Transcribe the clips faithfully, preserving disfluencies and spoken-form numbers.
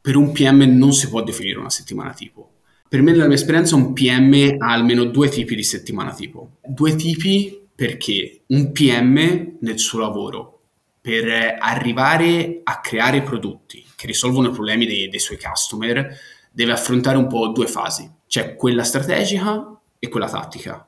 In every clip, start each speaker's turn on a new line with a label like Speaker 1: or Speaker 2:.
Speaker 1: Per un P M non si può definire una settimana tipo. Per me, nella mia esperienza, un P M ha almeno due tipi di settimana tipo. Due tipi perché un P M nel suo lavoro, per arrivare a creare prodotti che risolvono i problemi dei, dei suoi customer, deve affrontare un po' due fasi. C'è quella strategica e quella tattica.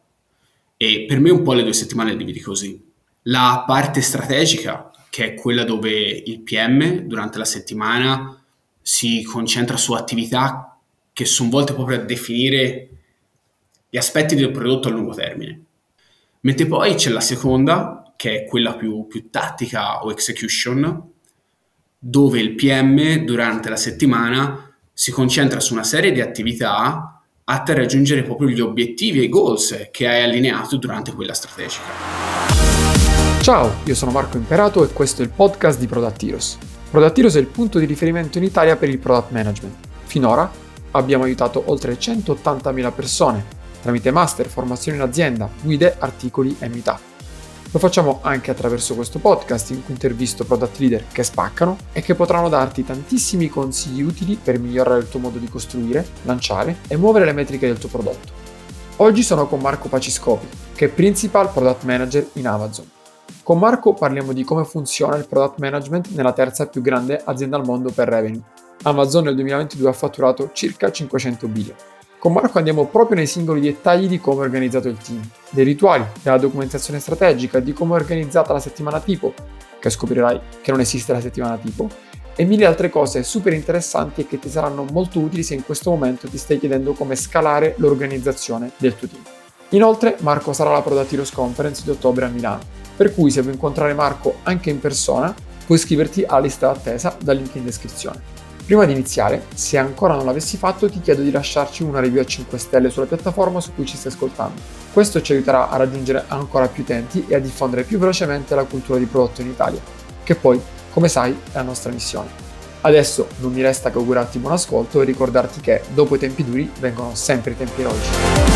Speaker 1: E per me un po' le due settimane le dividi così. La parte strategica, che è quella dove il P M durante la settimana si concentra su attività che sono volte proprio a definire gli aspetti del prodotto a lungo termine. Mentre poi c'è la seconda, che è quella più, più tattica o execution, dove il P M durante la settimana si concentra su una serie di attività atte a raggiungere proprio gli obiettivi e i goals che hai allineato durante quella strategica.
Speaker 2: Ciao, io sono Marco Imperato e questo è il podcast di Product Heroes. Product Heroes è il punto di riferimento in Italia per il product management. Finora abbiamo aiutato oltre centottantamila persone tramite master, formazioni in azienda, guide, articoli e meetup. Lo facciamo anche attraverso questo podcast in cui intervisto product leader che spaccano e che potranno darti tantissimi consigli utili per migliorare il tuo modo di costruire, lanciare e muovere le metriche del tuo prodotto. Oggi sono con Marco Paciscopi, che è Principal Product Manager in Amazon. Con Marco parliamo di come funziona il product management nella terza più grande azienda al mondo per revenue. Amazon nel duemilaventidue ha fatturato circa cinquecento billion. Con Marco andiamo proprio nei singoli dettagli di come è organizzato il team, dei rituali, della documentazione strategica, di come è organizzata la settimana tipo, che scoprirai che non esiste la settimana tipo, e mille altre cose super interessanti e che ti saranno molto utili se in questo momento ti stai chiedendo come scalare l'organizzazione del tuo team. Inoltre Marco sarà alla Product Heroes Conference di ottobre a Milano, per cui se vuoi incontrare Marco anche in persona puoi iscriverti alla lista d'attesa dal link in descrizione. Prima di iniziare, se ancora non l'avessi fatto, ti chiedo di lasciarci una review a cinque stelle sulla piattaforma su cui ci stai ascoltando. Questo ci aiuterà a raggiungere ancora più utenti e a diffondere più velocemente la cultura di prodotto in Italia, che poi, come sai, è la nostra missione. Adesso non mi resta che augurarti buon ascolto e ricordarti che dopo i tempi duri vengono sempre i tempi eroici.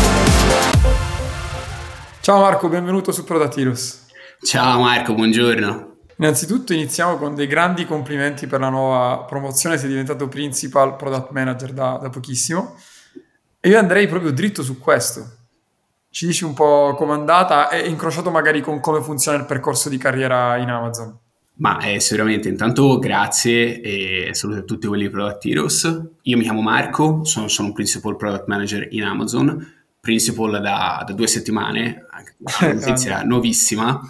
Speaker 2: Ciao Marco, benvenuto su Product Heroes.
Speaker 1: Ciao Marco, buongiorno.
Speaker 2: Innanzitutto iniziamo con dei grandi complimenti per la nuova promozione, sei diventato Principal Product Manager da, da pochissimo. E io andrei proprio dritto su questo. Ci dici un po' com'è andata e incrociato magari con come funziona il percorso di carriera in Amazon.
Speaker 1: Ma eh, sicuramente, intanto grazie e saluto a tutti quelli di Product Heroes. Io mi chiamo Marco, sono, sono un Principal Product Manager in Amazon, Principal da, da due settimane, anche una notizia nuovissima.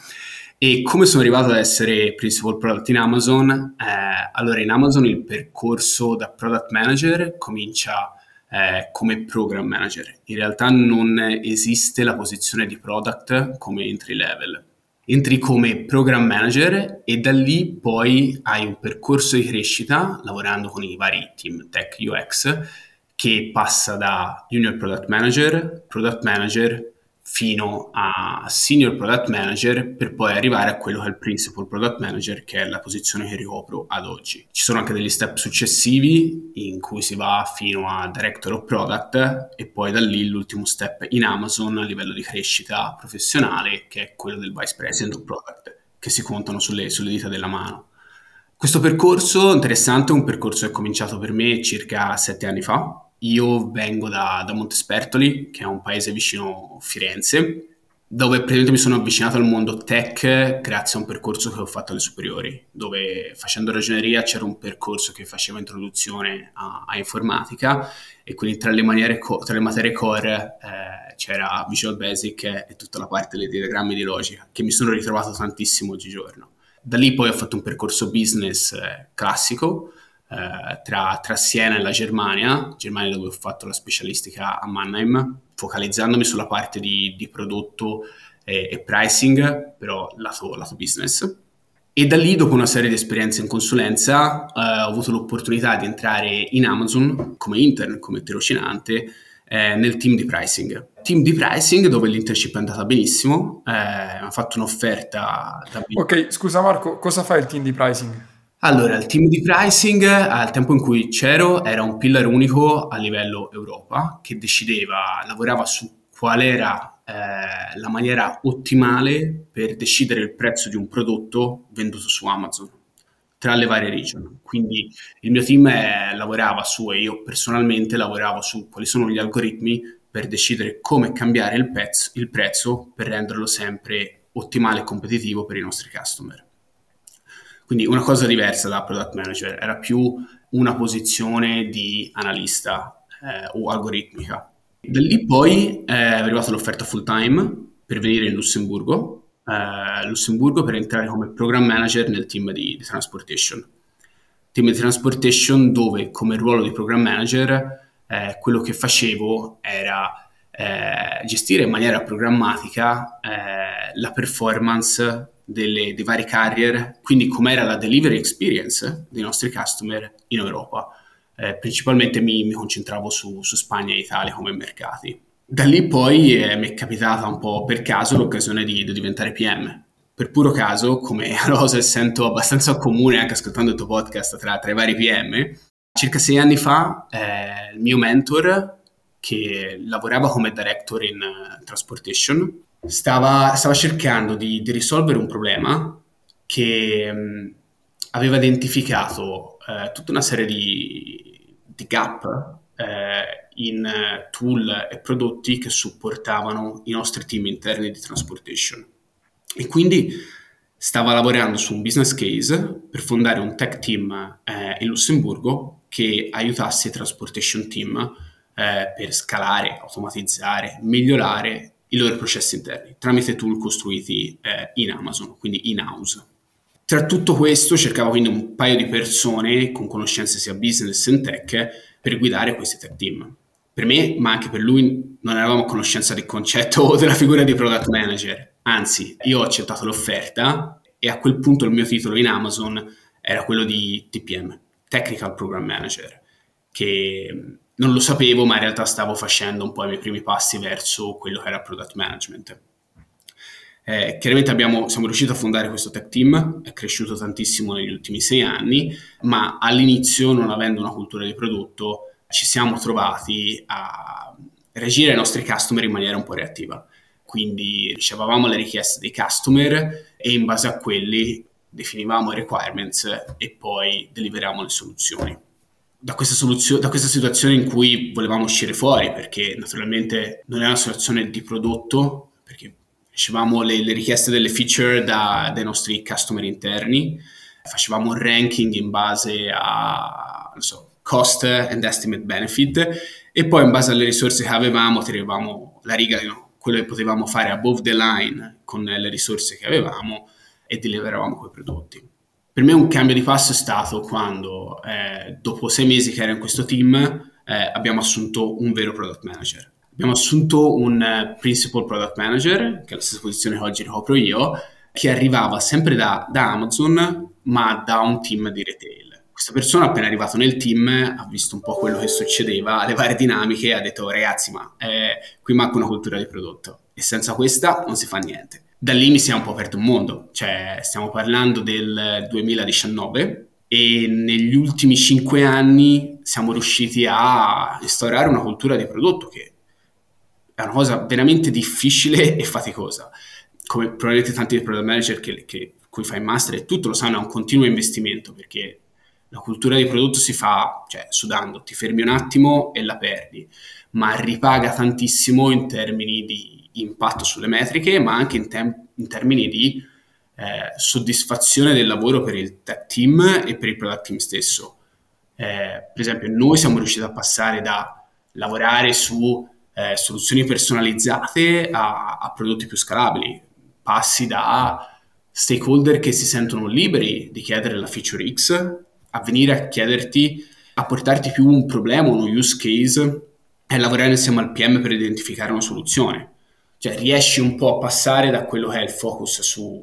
Speaker 1: E come sono arrivato ad essere Principal Product in Amazon? Eh, allora, in Amazon il percorso da Product Manager comincia eh, come Program Manager. In realtà non esiste la posizione di Product come entry level. Entri come Program Manager e da lì poi hai un percorso di crescita lavorando con i vari team Tech U X che passa da Junior Product Manager, Product Manager, fino a Senior Product Manager per poi arrivare a quello che è il Principal Product Manager, che è la posizione che ricopro ad oggi. Ci sono anche degli step successivi in cui si va fino a Director of Product e poi da lì l'ultimo step in Amazon a livello di crescita professionale, che è quello del Vice President of Product, che si contano sulle, sulle dita della mano. Questo percorso interessante è un percorso che è cominciato per me circa sette anni fa. Io vengo da, da Montespertoli, che è un paese vicino Firenze, dove praticamente mi sono avvicinato al mondo tech grazie a un percorso che ho fatto alle superiori, dove facendo ragioneria c'era un percorso che faceva introduzione a, a informatica e quindi tra le, maniere co- tra le materie core eh, c'era Visual Basic e tutta la parte dei diagrammi di logica, che mi sono ritrovato tantissimo oggigiorno. Da lì poi ho fatto un percorso business eh, classico, eh, tra, tra Siena e la Germania, Germania dove ho fatto la specialistica a Mannheim, focalizzandomi sulla parte di, di prodotto e, e pricing, però lato, lato business. E da lì, dopo una serie di esperienze in consulenza, eh, ho avuto l'opportunità di entrare in Amazon come intern, come tirocinante, eh, nel team di pricing. Team di pricing dove l'internship è andata benissimo, eh, mi ha fatto un'offerta da...
Speaker 2: Ok, scusa Marco, cosa fa il team di pricing?
Speaker 1: Allora, il team di pricing al tempo in cui c'ero era un pillar unico a livello Europa che decideva, lavorava su qual era eh, la maniera ottimale per decidere il prezzo di un prodotto venduto su Amazon. tra le varie region. Quindi il mio team è, lavorava su, e io personalmente lavoravo su quali sono gli algoritmi per decidere come cambiare il, pezzo, il prezzo per renderlo sempre ottimale e competitivo per i nostri customer. Quindi una cosa diversa da product manager, era più una posizione di analista eh, o algoritmica. Da lì poi è arrivata l'offerta full time per venire in Lussemburgo, eh, Lussemburgo per entrare come program manager nel team di, di transportation. Team di transportation dove come ruolo di program manager eh, quello che facevo era eh, gestire in maniera programmatica eh, la performance delle, dei vari carrier, quindi com'era la delivery experience dei nostri customer in Europa. Eh, principalmente mi, mi concentravo su, su Spagna e Italia come mercati. Da lì poi eh, mi è capitata un po' per caso l'occasione di, di diventare P M. Per puro caso, come una cosa che sento abbastanza comune anche ascoltando il tuo podcast tra, tra i vari P M, circa sei anni fa eh, il mio mentor, che lavorava come director in uh, transportation, stava, stava cercando di, di risolvere un problema che mh, aveva identificato eh, tutta una serie di, di gap eh, in uh, tool e prodotti che supportavano i nostri team interni di transportation. E quindi stava lavorando su un business case per fondare un tech team eh, in Lussemburgo che aiutasse i transportation team eh, per scalare, automatizzare, migliorare i loro processi interni tramite tool costruiti eh, in Amazon, quindi in-house. Tra tutto questo cercavo quindi un paio di persone con conoscenze sia business che tech per guidare questi tech team. Per me, ma anche per lui, non eravamo a conoscenza del concetto o della figura di product manager. Anzi, io ho accettato l'offerta e a quel punto il mio titolo in Amazon era quello di T P M, Technical Program Manager, che non lo sapevo, ma in realtà stavo facendo un po' i miei primi passi verso quello che era product management. Eh, chiaramente abbiamo, siamo riusciti a fondare questo tech team, è cresciuto tantissimo negli ultimi sei anni, ma all'inizio, non avendo una cultura di prodotto, ci siamo trovati a reagire ai nostri customer in maniera un po' reattiva. Quindi ricevavamo le richieste dei customer e in base a quelli definivamo i requirements e poi deliveravamo le soluzioni. Da questa, soluzio- da questa situazione in cui volevamo uscire fuori, perché naturalmente non è una situazione di prodotto, perché ricevavamo le, le richieste delle feature da, dai nostri customer interni, facevamo un ranking in base a, non so, cost and estimate benefit, e poi in base alle risorse che avevamo tiravamo la riga, no? Quello che potevamo fare above the line con le risorse che avevamo e deliveravamo quei prodotti. Per me un cambio di passo è stato quando eh, dopo sei mesi che ero in questo team eh, abbiamo assunto un vero product manager. Abbiamo assunto un uh, principal product manager, che è la stessa posizione che oggi ricopro io, che arrivava sempre da, da Amazon, ma da un team di retail. Questa persona appena arrivato nel team ha visto un po' quello che succedeva, le varie dinamiche, e ha detto ragazzi ma eh, qui manca una cultura di prodotto e senza questa non si fa niente. Da lì mi si è un po' aperto un mondo, cioè stiamo parlando del duemiladiciannove e negli ultimi cinque anni siamo riusciti a instaurare una cultura di prodotto che è una cosa veramente difficile e faticosa. Come probabilmente tanti product manager che, che cui fai il master e tutto lo sanno, è un continuo investimento, perché la cultura di prodotto si fa, cioè, sudando, ti fermi un attimo e la perdi, ma ripaga tantissimo in termini di impatto sulle metriche, ma anche in, tem- in termini di eh, soddisfazione del lavoro per il tech team e per il product team stesso. Eh, per esempio, noi siamo riusciti a passare da lavorare su eh, soluzioni personalizzate a, a prodotti più scalabili, passi da stakeholder che si sentono liberi di chiedere la feature X a venire a chiederti, a portarti più un problema, uno use case, e lavorare insieme al P M per identificare una soluzione. Cioè riesci un po' a passare da quello che è il focus su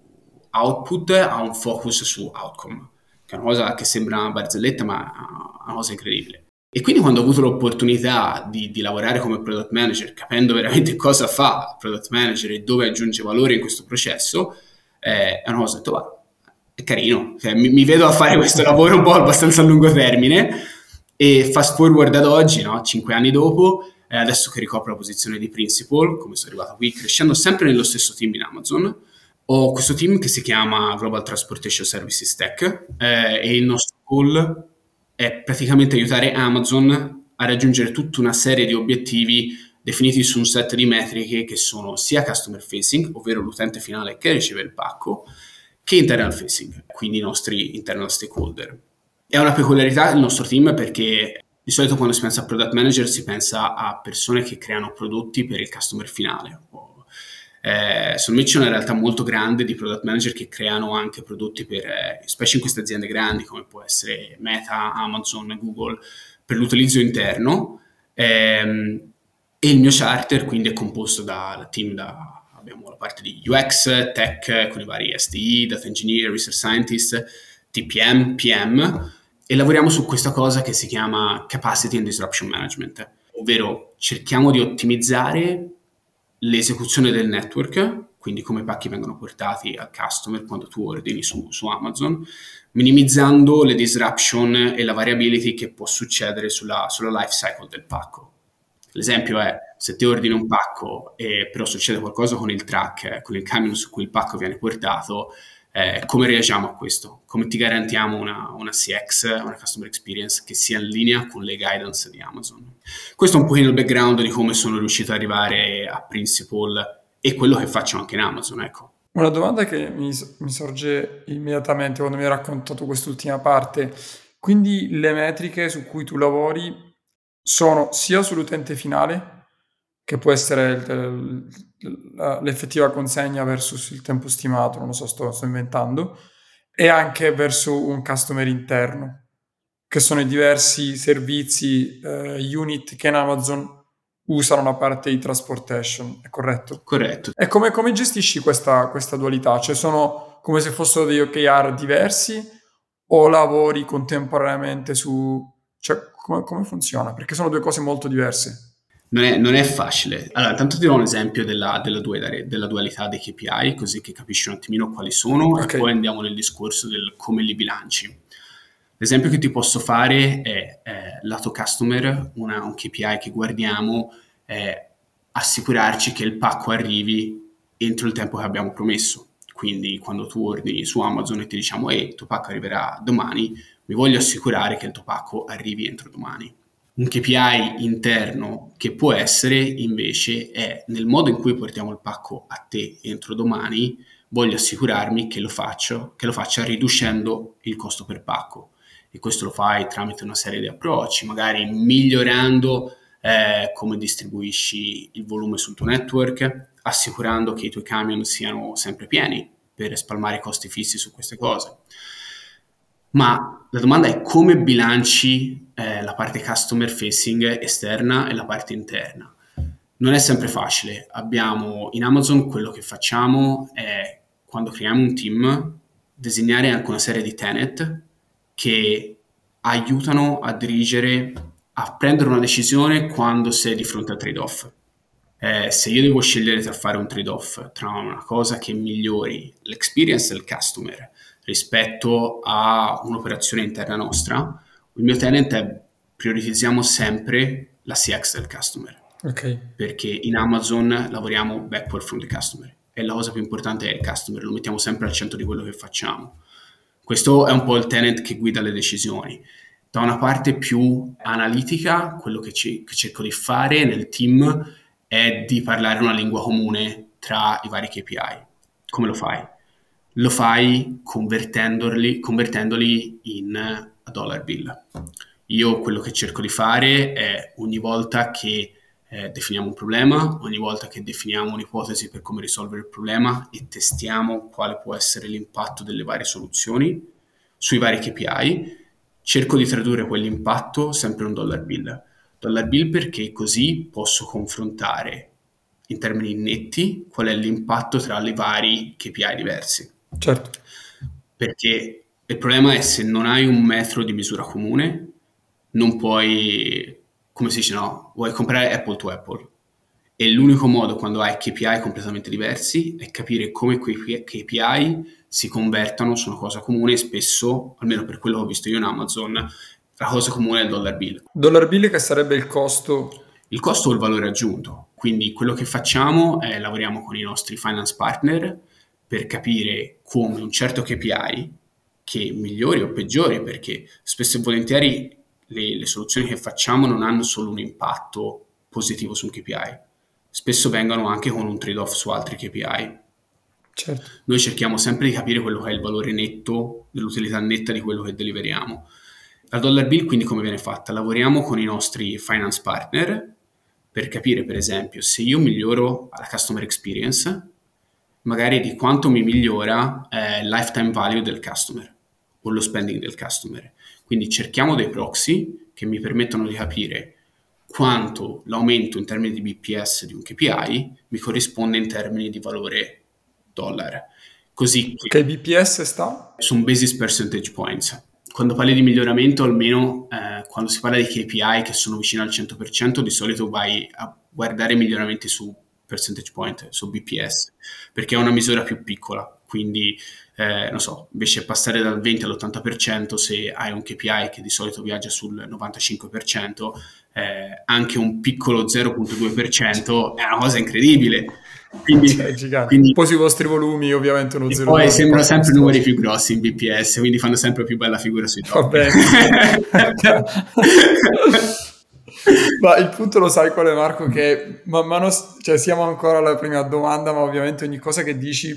Speaker 1: output a un focus su outcome, che è una cosa che sembra una barzelletta, ma è una cosa incredibile. E quindi quando ho avuto l'opportunità di, di lavorare come product manager, capendo veramente cosa fa il product manager e dove aggiunge valore in questo processo, eh, è una cosa che ho detto, è carino, cioè, mi, mi vedo a fare questo lavoro un po' abbastanza a lungo termine. E fast forward ad oggi, no? Cinque anni dopo, eh, adesso che ricopro la posizione di principal, come sono arrivato qui, crescendo sempre nello stesso team in Amazon, Ho questo team che si chiama Global Transportation Services Tech eh, e il nostro goal è praticamente aiutare Amazon a raggiungere tutta una serie di obiettivi definiti su un set di metriche che sono sia customer facing, ovvero l'utente finale che riceve il pacco, che internal facing, quindi i nostri internal stakeholder. È una peculiarità del nostro team perché di solito quando si pensa a product manager si pensa a persone che creano prodotti per il customer finale. Eh, secondo me c'è una realtà molto grande di product manager che creano anche prodotti per, eh, specie in queste aziende grandi come può essere Meta, Amazon, Google, per l'utilizzo interno. Ehm, e il mio charter quindi è composto da team da, abbiamo la parte di U X, tech, con i vari S D I, data engineer, research scientist, T P M, P M, e lavoriamo su questa cosa che si chiama capacity and disruption management, ovvero cerchiamo di ottimizzare l'esecuzione del network, quindi come i pacchi vengono portati al customer quando tu ordini su, su Amazon, minimizzando le disruption e la variability che può succedere sulla, sulla life cycle del pacco. L'esempio è, se ti ordini un pacco e però succede qualcosa con il truck, con il camion su cui il pacco viene portato, eh, come reagiamo a questo? Come ti garantiamo una, una C X, una customer experience che sia in linea con le guidance di Amazon? Questo è un pochino il background di come sono riuscito ad arrivare a Principal e quello che faccio anche in Amazon, ecco.
Speaker 2: Una domanda che mi, mi sorge immediatamente quando mi hai raccontato quest'ultima parte, quindi le metriche su cui tu lavori sono sia sull'utente finale, che può essere il, il, l'effettiva consegna versus il tempo stimato, non lo so, sto, sto inventando, e anche verso un customer interno, che sono i diversi servizi, eh, unit che in Amazon usano la parte di transportation, è corretto?
Speaker 1: Corretto.
Speaker 2: E come, come gestisci questa, questa dualità? Cioè sono come se fossero degli O K R diversi o lavori contemporaneamente su... Cioè come, come funziona? Perché sono due cose molto diverse.
Speaker 1: Non è, non è facile. Allora, intanto ti do un esempio della, della, della dualità dei K P I, così che capisci un attimino quali sono, okay. E poi andiamo nel discorso del come li bilanci. L'esempio che ti posso fare è, è lato customer, una, un K P I che guardiamo è assicurarci che il pacco arrivi entro il tempo che abbiamo promesso. Quindi quando tu ordini su Amazon e ti diciamo ehi, il tuo pacco arriverà domani, mi voglio assicurare che il tuo pacco arrivi entro domani. Un K P I interno che può essere invece è nel modo in cui portiamo il pacco a te entro domani, voglio assicurarmi che lo faccio, che lo faccia riducendo il costo per pacco. E questo lo fai tramite una serie di approcci, magari migliorando eh, come distribuisci il volume sul tuo network, assicurando che i tuoi camion siano sempre pieni per spalmare i costi fissi su queste cose. Ma la domanda è come bilanci eh, la parte customer facing esterna e la parte interna. Non è sempre facile. Abbiamo in Amazon quello che facciamo è quando creiamo un team disegnare anche una serie di tenet che aiutano a dirigere, a prendere una decisione quando sei di fronte al trade-off. Eh, se io devo scegliere tra fare un trade-off tra una cosa che migliori l'experience del customer rispetto a un'operazione interna nostra, il mio tenant è priorizziamo sempre la C X del customer.
Speaker 2: Okay.
Speaker 1: Perché in Amazon lavoriamo backward from the customer e la cosa più importante è il customer, lo mettiamo sempre al centro di quello che facciamo. Questo è un po' il tenant che guida le decisioni. Da una parte più analitica, quello che, ci, che cerco di fare nel team è di parlare una lingua comune tra i vari K P I. Come lo fai? Lo fai convertendoli, convertendoli in dollar bill. Io quello che cerco di fare è ogni volta che eh, definiamo un problema, ogni volta che definiamo un'ipotesi per come risolvere il problema e testiamo quale può essere l'impatto delle varie soluzioni sui vari K P I, cerco di tradurre quell'impatto sempre in un dollar bill. Dollar bill perché così posso confrontare in termini netti qual è l'impatto tra i vari K P I diversi.
Speaker 2: Certo.
Speaker 1: Perché il problema è se non hai un metro di misura comune, non puoi, come si dice, no, vuoi comprare Apple to Apple. E l'unico modo quando hai K P I completamente diversi è capire come quei K P I si convertano su una cosa comune e spesso, almeno per quello che ho visto io in Amazon, la cosa comune è il dollar bill.
Speaker 2: Dollar bill che sarebbe il costo?
Speaker 1: Il costo o il valore aggiunto. Quindi quello che facciamo è lavoriamo con i nostri finance partner per capire come un certo K P I, che migliori o peggiori, perché spesso e volentieri le, le soluzioni che facciamo non hanno solo un impatto positivo su un K P I, spesso vengono anche con un trade-off su altri K P I.
Speaker 2: Certo.
Speaker 1: Noi cerchiamo sempre di capire quello che è il valore netto, dell'utilità netta di quello che deliveriamo. La Dollar Bill quindi come viene fatta? Lavoriamo con i nostri finance partner per capire, per esempio, se io miglioro la customer experience, magari di quanto mi migliora eh, il lifetime value del customer o lo spending del customer. Quindi cerchiamo dei proxy che mi permettono di capire quanto l'aumento in termini di B P S di un K P I mi corrisponde in termini di valore dollar. Così
Speaker 2: che B P S sta?
Speaker 1: Sono basis percentage points. Quando parli di miglioramento, almeno eh, quando si parla di K P I che sono vicino al cento per cento, di solito vai a guardare miglioramenti su percentage point, su B P S, perché è una misura più piccola. Quindi, eh, non so, invece passare dal venti all'ottanta per cento, se hai un K P I che di solito viaggia sul novantacinque per cento, eh, anche un piccolo zero virgola due per cento è una cosa incredibile. Quindi,
Speaker 2: cioè, gigante.
Speaker 1: quindi,
Speaker 2: poi sui vostri volumi ovviamente uno
Speaker 1: e
Speaker 2: zero
Speaker 1: poi sembrano sempre numeri più grossi in B P S, quindi fanno sempre più bella figura sui top.
Speaker 2: Va bene. Ma il punto lo sai qual è, Marco, che man mano, cioè siamo ancora alla prima domanda, ma ovviamente ogni cosa che dici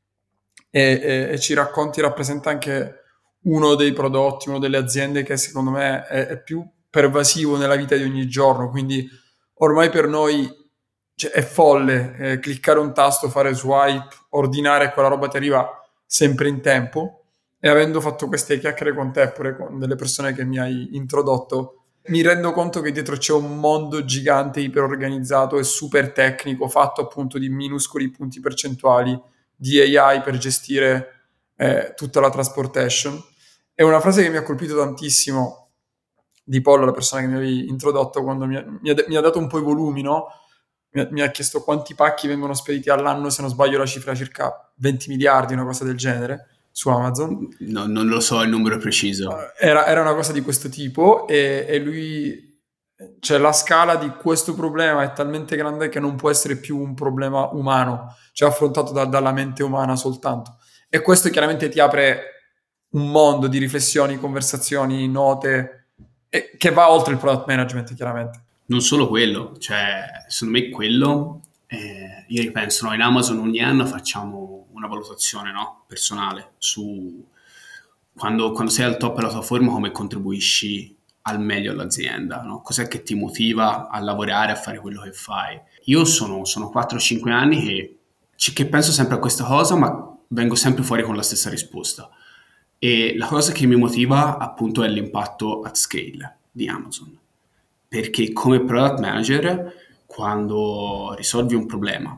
Speaker 2: e, e, e ci racconti rappresenta anche uno dei prodotti, una delle aziende che secondo me è, è più pervasivo nella vita di ogni giorno, quindi ormai per noi, cioè, è folle eh, cliccare un tasto, fare swipe, ordinare, quella roba ti arriva sempre in tempo. E avendo fatto queste chiacchiere con te, pure con delle persone che mi hai introdotto, mi rendo conto che dietro c'è un mondo gigante, iperorganizzato e super tecnico, fatto appunto di minuscoli punti percentuali, di A I per gestire eh, tutta la transportation. E una frase che mi ha colpito tantissimo di Paul, la persona che mi avevi introdotto, quando mi ha, mi ha, mi ha dato un po' i volumi, no? Mi ha, mi ha chiesto quanti pacchi vengono spediti all'anno, se non sbaglio la cifra circa venti miliardi, una cosa del genere, su Amazon.
Speaker 1: No, non lo so il numero preciso.
Speaker 2: Era, era una cosa di questo tipo e, e lui, cioè la scala di questo problema è talmente grande che non può essere più un problema umano, cioè affrontato da, dalla mente umana soltanto. E questo chiaramente ti apre un mondo di riflessioni, conversazioni, note, e, che va oltre il product management, chiaramente.
Speaker 1: Non solo quello, cioè secondo me quello, eh, io ripenso, noi in Amazon ogni anno facciamo una valutazione, no? Personale su quando, quando sei al top della tua forma, come contribuisci al meglio all'azienda, no? Cos'è che ti motiva a lavorare, a fare quello che fai? Io sono, sono quattro o cinque anni che, che penso sempre a questa cosa, ma vengo sempre fuori con la stessa risposta. E la cosa che mi motiva appunto è l'impatto at scale di Amazon, perché come product manager, quando risolvi un problema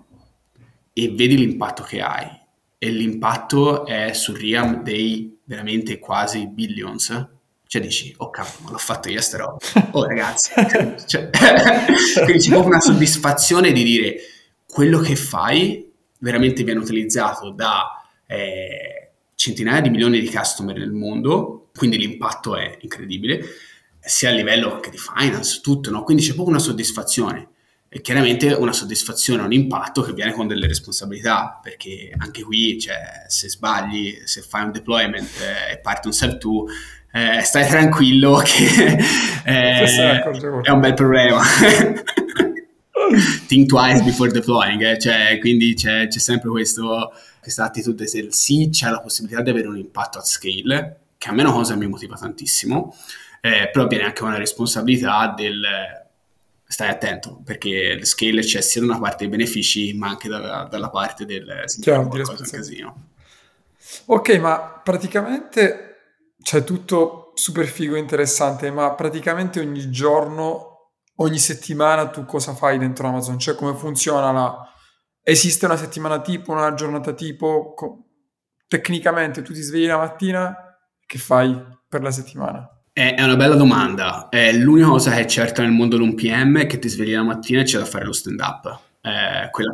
Speaker 1: e vedi l'impatto che hai, e l'impatto è sul R I A M dei veramente quasi billions, cioè dici, oh cavolo, ma l'ho fatto io sta roba, oh ragazzi, cioè, quindi c'è proprio una soddisfazione di dire quello che fai veramente viene utilizzato da eh, centinaia di milioni di customer nel mondo, quindi l'impatto è incredibile, sia a livello anche di finance, tutto, no? Quindi c'è proprio una soddisfazione. E chiaramente una soddisfazione, un impatto che viene con delle responsabilità, perché anche qui, cioè, se sbagli, se fai un deployment eh, e parte un sell to, eh, stai tranquillo che eh, è un bel problema. Think twice before deploying, eh? Cioè, quindi c'è, c'è sempre questo, questa attitudine, se sì c'è la possibilità di avere un impatto at scale, che a me è una cosa che mi motiva tantissimo, eh, però viene anche una responsabilità del stai attento, perché il scale c'è sia da una parte dei benefici ma anche da, dalla parte del
Speaker 2: Chiaro, di responsabilità. Ok, ma praticamente c'è tutto super figo e interessante, ma praticamente ogni giorno, ogni settimana tu cosa fai dentro Amazon? Cioè come funziona la... Esiste una settimana tipo, una giornata tipo? Co... Tecnicamente tu ti svegli la mattina, che fai per la settimana?
Speaker 1: È una bella domanda. È l'unica cosa che è certa nel mondo dell'un P M è che ti svegli la mattina e c'è da fare lo stand-up. È, quella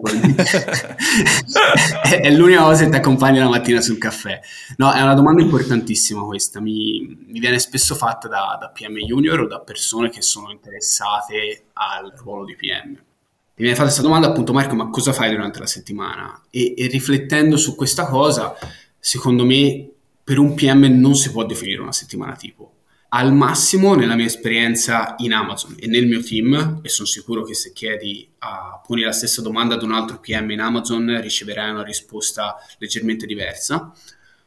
Speaker 1: è l'unica cosa che ti accompagna la mattina sul caffè. No, è una domanda importantissima questa. Mi, mi viene spesso fatta da, da P M junior o da persone che sono interessate al ruolo di P M. mi viene fatta questa domanda appunto, Marco, ma cosa fai durante la settimana? E, e riflettendo su questa cosa, secondo me per un P M non si può definire una settimana tipo. Al massimo, nella mia esperienza in Amazon e nel mio team, e sono sicuro che se chiedi a poni la stessa domanda ad un altro P M in Amazon riceverai una risposta leggermente diversa,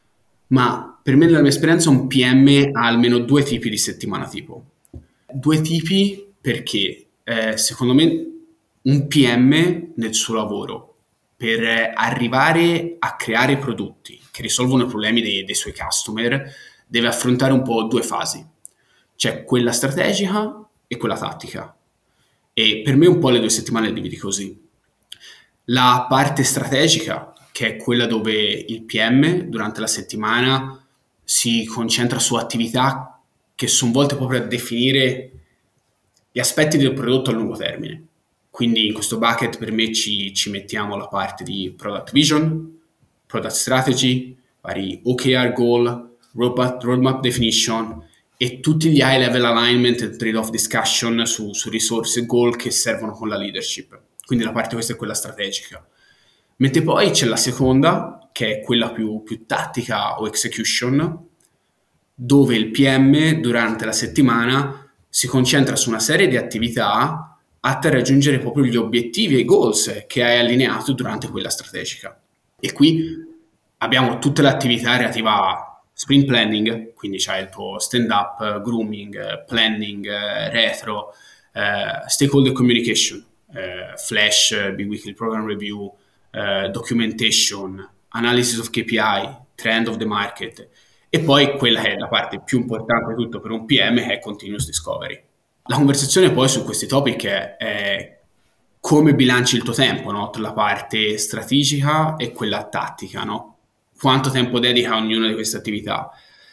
Speaker 1: ma per me nella mia esperienza un P M ha almeno due tipi di settimana tipo. Due tipi perché eh, secondo me un P M nel suo lavoro per eh, arrivare a creare prodotti che risolvono i problemi dei, dei suoi customer deve affrontare un po' due fasi. C'è quella strategica e quella tattica. E per me un po' le due settimane le dividi così. La parte strategica, che è quella dove il P M durante la settimana si concentra su attività che sono volte proprio a definire gli aspetti del prodotto a lungo termine. Quindi in questo bucket per me ci, ci mettiamo la parte di product vision, product strategy, vari O K R goal, roadmap, roadmap definition e tutti gli high level alignment e trade-off discussion su, su risorse e goal che servono con la leadership. Quindi la parte questa è quella strategica. Mentre poi c'è la seconda, che è quella più, più tattica o execution, dove il P M durante la settimana si concentra su una serie di attività atte a raggiungere proprio gli obiettivi e i goals che hai allineato durante quella strategica. E qui abbiamo tutte le attività relative a sprint planning, quindi c'è il tuo stand-up, grooming, planning, retro, eh, stakeholder communication, eh, flash, bi-weekly program review, eh, documentation, analysis of K P I, trend of the market, e poi quella che è la parte più importante di tutto per un P M, che è continuous discovery. La conversazione poi su questi topic è, è come bilanci il tuo tempo, no? Tra la parte strategica e quella tattica, no? Quanto tempo dedica a ognuna di queste attività?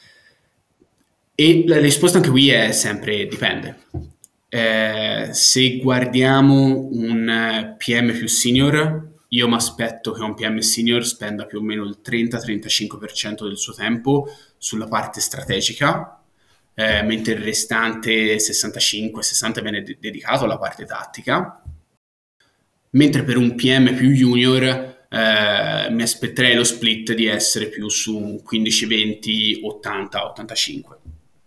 Speaker 1: E la risposta anche qui è sempre dipende. Eh, se guardiamo un P M più senior, io mi aspetto che un P M senior spenda più o meno il trenta trentacinque per cento del suo tempo sulla parte strategica, eh, mentre il restante sessantacinque sessanta viene de- dedicato alla parte tattica. Mentre per un P M più junior eh, mi aspetterei lo split di essere più su quindici venti ottanta ottantacinque.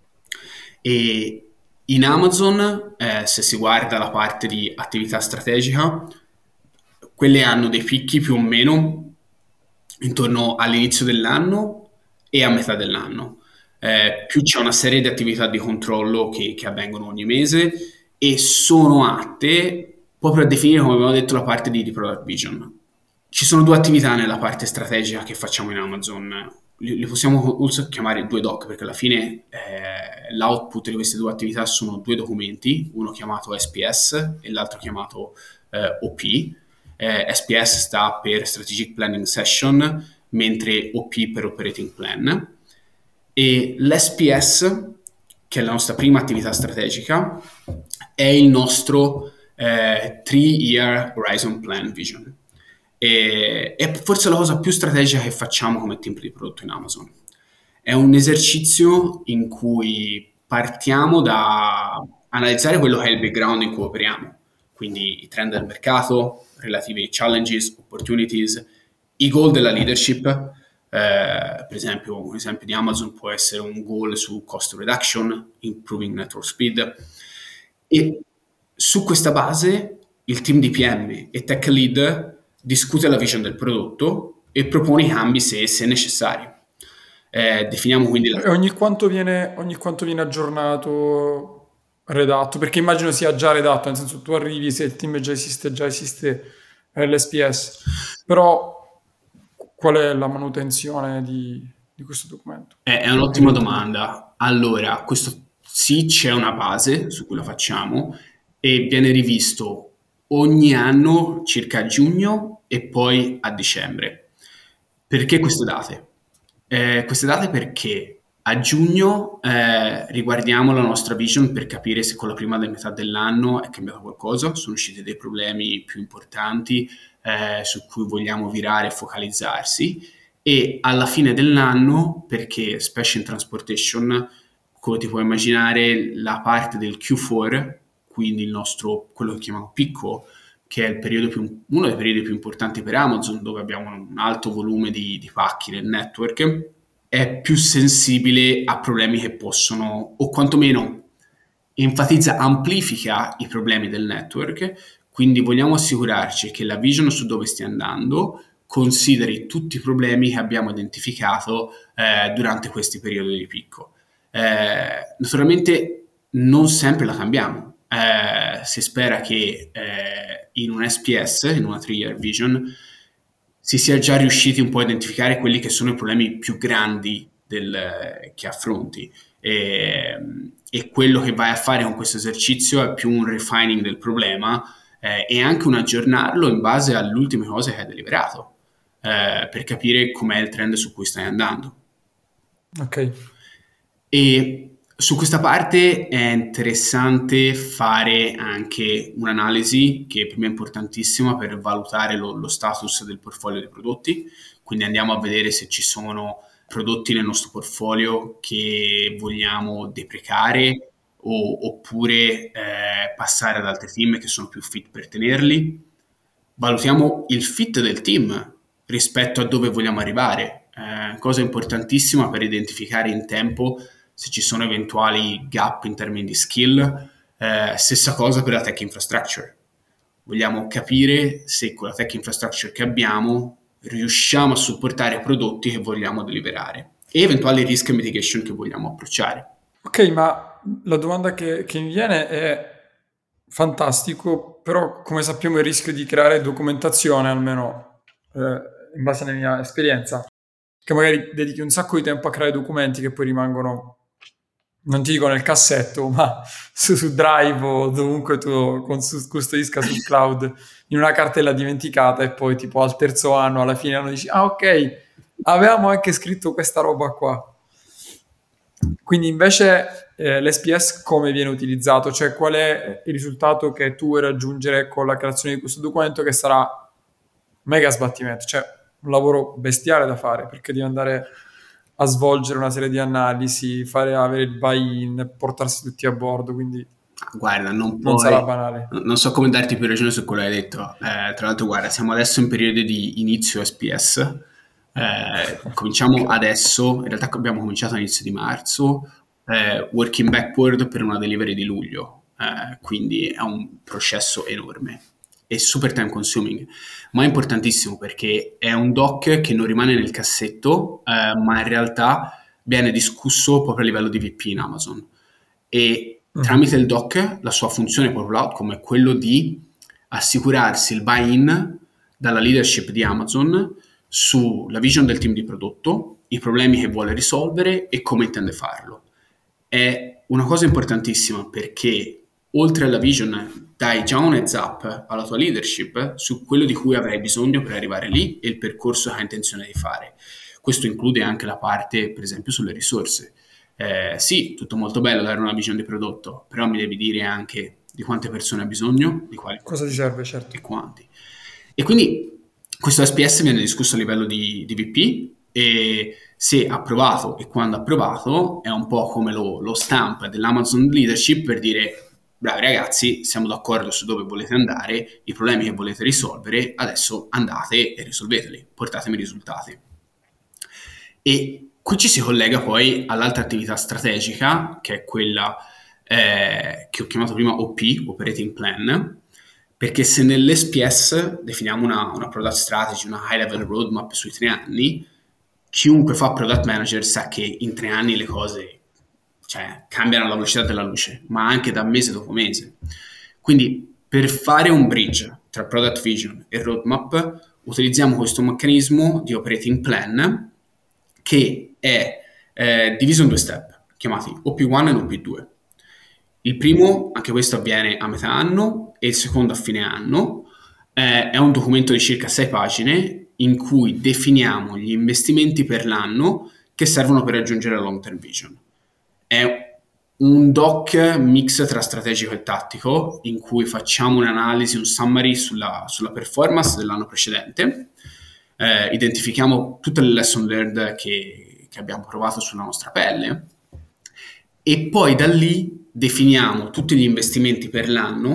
Speaker 1: E in Amazon, eh, se si guarda la parte di attività strategica, quelle hanno dei picchi più o meno intorno all'inizio dell'anno e a metà dell'anno. Eh, più c'è una serie di attività di controllo che, che avvengono ogni mese e sono atte proprio a definire, come abbiamo detto, la parte di, di product vision. Ci sono due attività nella parte strategica che facciamo in Amazon. Li, li possiamo also chiamare due doc, perché alla fine eh, l'output di queste due attività sono due documenti, uno chiamato S P S e l'altro chiamato eh, O P. Eh, S P S sta per Strategic Planning Session, mentre O P per Operating Plan. E l'S P S, che è la nostra prima attività strategica, è il nostro eh, three-year Horizon Plan Vision. E, è forse la cosa più strategica che facciamo come team di prodotto in Amazon. È un esercizio in cui partiamo da analizzare quello che è il background in cui operiamo, quindi i trend del mercato, relativi ai challenges, opportunities, i goal della leadership. Eh, per esempio, un esempio di Amazon può essere un goal su cost reduction, improving network speed, e su questa base il team di P M e tech lead discute la vision del prodotto e propone i cambi se, se necessari. Eh, definiamo quindi la...
Speaker 2: E ogni quanto viene, ogni quanto viene aggiornato, redatto? Perché immagino sia già redatto, nel senso tu arrivi, se il team già esiste, già esiste l'S P S. Però qual è la manutenzione di, di questo documento?
Speaker 1: È, è un'ottima domanda. Allora, questo sì, c'è una base su cui la facciamo e viene rivisto ogni anno circa a giugno e poi a dicembre. Perché queste date? Eh, queste date perché a giugno eh, riguardiamo la nostra vision per capire se con la prima metà dell'anno è cambiato qualcosa, sono usciti dei problemi più importanti eh, su cui vogliamo virare e focalizzarsi, e alla fine dell'anno perché Special Transportation, come ti puoi immaginare, la parte del Q quattro, quindi il nostro, quello che chiamiamo picco, che è il periodo più, uno dei periodi più importanti per Amazon, dove abbiamo un alto volume di, di pacchi nel network, è più sensibile a problemi che possono, o quantomeno enfatizza, amplifica i problemi del network. Quindi vogliamo assicurarci che la vision su dove stia andando consideri tutti i problemi che abbiamo identificato eh, durante questi periodi di picco. Eh, naturalmente non sempre la cambiamo. Eh, si spera che eh, in un S P S, in una three-year vision, si sia già riusciti un po' a identificare quelli che sono i problemi più grandi del, che affronti. E, e quello che vai a fare con questo esercizio è più un refining del problema eh, e anche un aggiornarlo in base alle ultime cose che hai deliberato, eh, per capire com'è il trend su cui stai andando.
Speaker 2: Ok.
Speaker 1: E su questa parte è interessante fare anche un'analisi che per me è importantissima per valutare lo, lo status del portfolio di prodotti. Quindi andiamo a vedere se ci sono prodotti nel nostro portfolio che vogliamo deprecare o, oppure eh, passare ad altri team che sono più fit per tenerli. Valutiamo il fit del team rispetto a dove vogliamo arrivare, eh, cosa importantissima per identificare in tempo se ci sono eventuali gap in termini di skill. Eh, stessa cosa per la tech infrastructure. Vogliamo capire se con la tech infrastructure che abbiamo riusciamo a supportare i prodotti che vogliamo deliberare e eventuali risk mitigation che vogliamo approcciare.
Speaker 2: Ok, ma la domanda che, che mi viene è fantastico, però come sappiamo il rischio di creare documentazione, almeno eh, in base alla mia esperienza, che magari dedichi un sacco di tempo a creare documenti che poi rimangono, non ti dico nel cassetto, ma su, su Drive o dovunque tu custodisca sul cloud, in una cartella dimenticata, e poi tipo al terzo anno, alla fine anno dici, ah ok, avevamo anche scritto questa roba qua. Quindi invece eh, l'S P S come viene utilizzato? Cioè qual è il risultato che tu vuoi raggiungere con la creazione di questo documento, che sarà mega sbattimento, cioè un lavoro bestiale da fare, perché devi andare a svolgere una serie di analisi, fare avere il buy-in, portarsi tutti a bordo, quindi
Speaker 1: guarda, non,
Speaker 2: non
Speaker 1: puoi,
Speaker 2: sarà banale.
Speaker 1: Non so come darti più ragione su quello che hai detto. Eh, tra l'altro, guarda, siamo adesso in periodo di inizio S P S. Eh, cominciamo okay. Adesso, in realtà abbiamo cominciato all'inizio di marzo, eh, working backward per una delivery di luglio, eh, quindi è un processo enorme e super time consuming, ma è importantissimo perché è un doc che non rimane nel cassetto, eh, ma in realtà viene discusso proprio a livello di V P in Amazon. E tramite il doc la sua funzione proprio l'outcome è quello di assicurarsi il buy-in dalla leadership di Amazon sulla vision del team di prodotto, i problemi che vuole risolvere e come intende farlo. È una cosa importantissima perché oltre alla vision dai già un heads up alla tua leadership su quello di cui avrai bisogno per arrivare lì e il percorso che hai intenzione di fare. Questo include anche la parte, per esempio, sulle risorse. Eh, sì, tutto molto bello dare una vision di prodotto, però mi devi dire anche di quante persone ha bisogno, di quali
Speaker 2: cosa ti serve, certo,
Speaker 1: e quanti. E quindi questo S P S viene discusso a livello di, di V P e se approvato e quando approvato è un po' come lo, lo stamp dell'Amazon leadership per dire: bravi ragazzi, siamo d'accordo su dove volete andare, i problemi che volete risolvere, adesso andate e risolveteli, portatemi i risultati. E qui ci si collega poi all'altra attività strategica, che è quella eh, che ho chiamato prima O P, Operating Plan, perché se nell'S P S definiamo una, una product strategy, una high level roadmap sui tre anni, chiunque fa product manager sa che in tre anni le cose, cioè, cambiano alla velocità della luce, ma anche da mese dopo mese. Quindi per fare un bridge tra product vision e roadmap utilizziamo questo meccanismo di operating plan che è eh, diviso in due step, chiamati O P uno e O P due. Il primo, anche questo avviene a metà anno, e il secondo a fine anno. Eh, è un documento di circa sei pagine in cui definiamo gli investimenti per l'anno che servono per raggiungere la long term vision. È un doc mix tra strategico e tattico in cui facciamo un'analisi, un summary sulla, sulla performance dell'anno precedente, eh, identifichiamo tutte le lesson learned che, che abbiamo provato sulla nostra pelle e poi da lì definiamo tutti gli investimenti per l'anno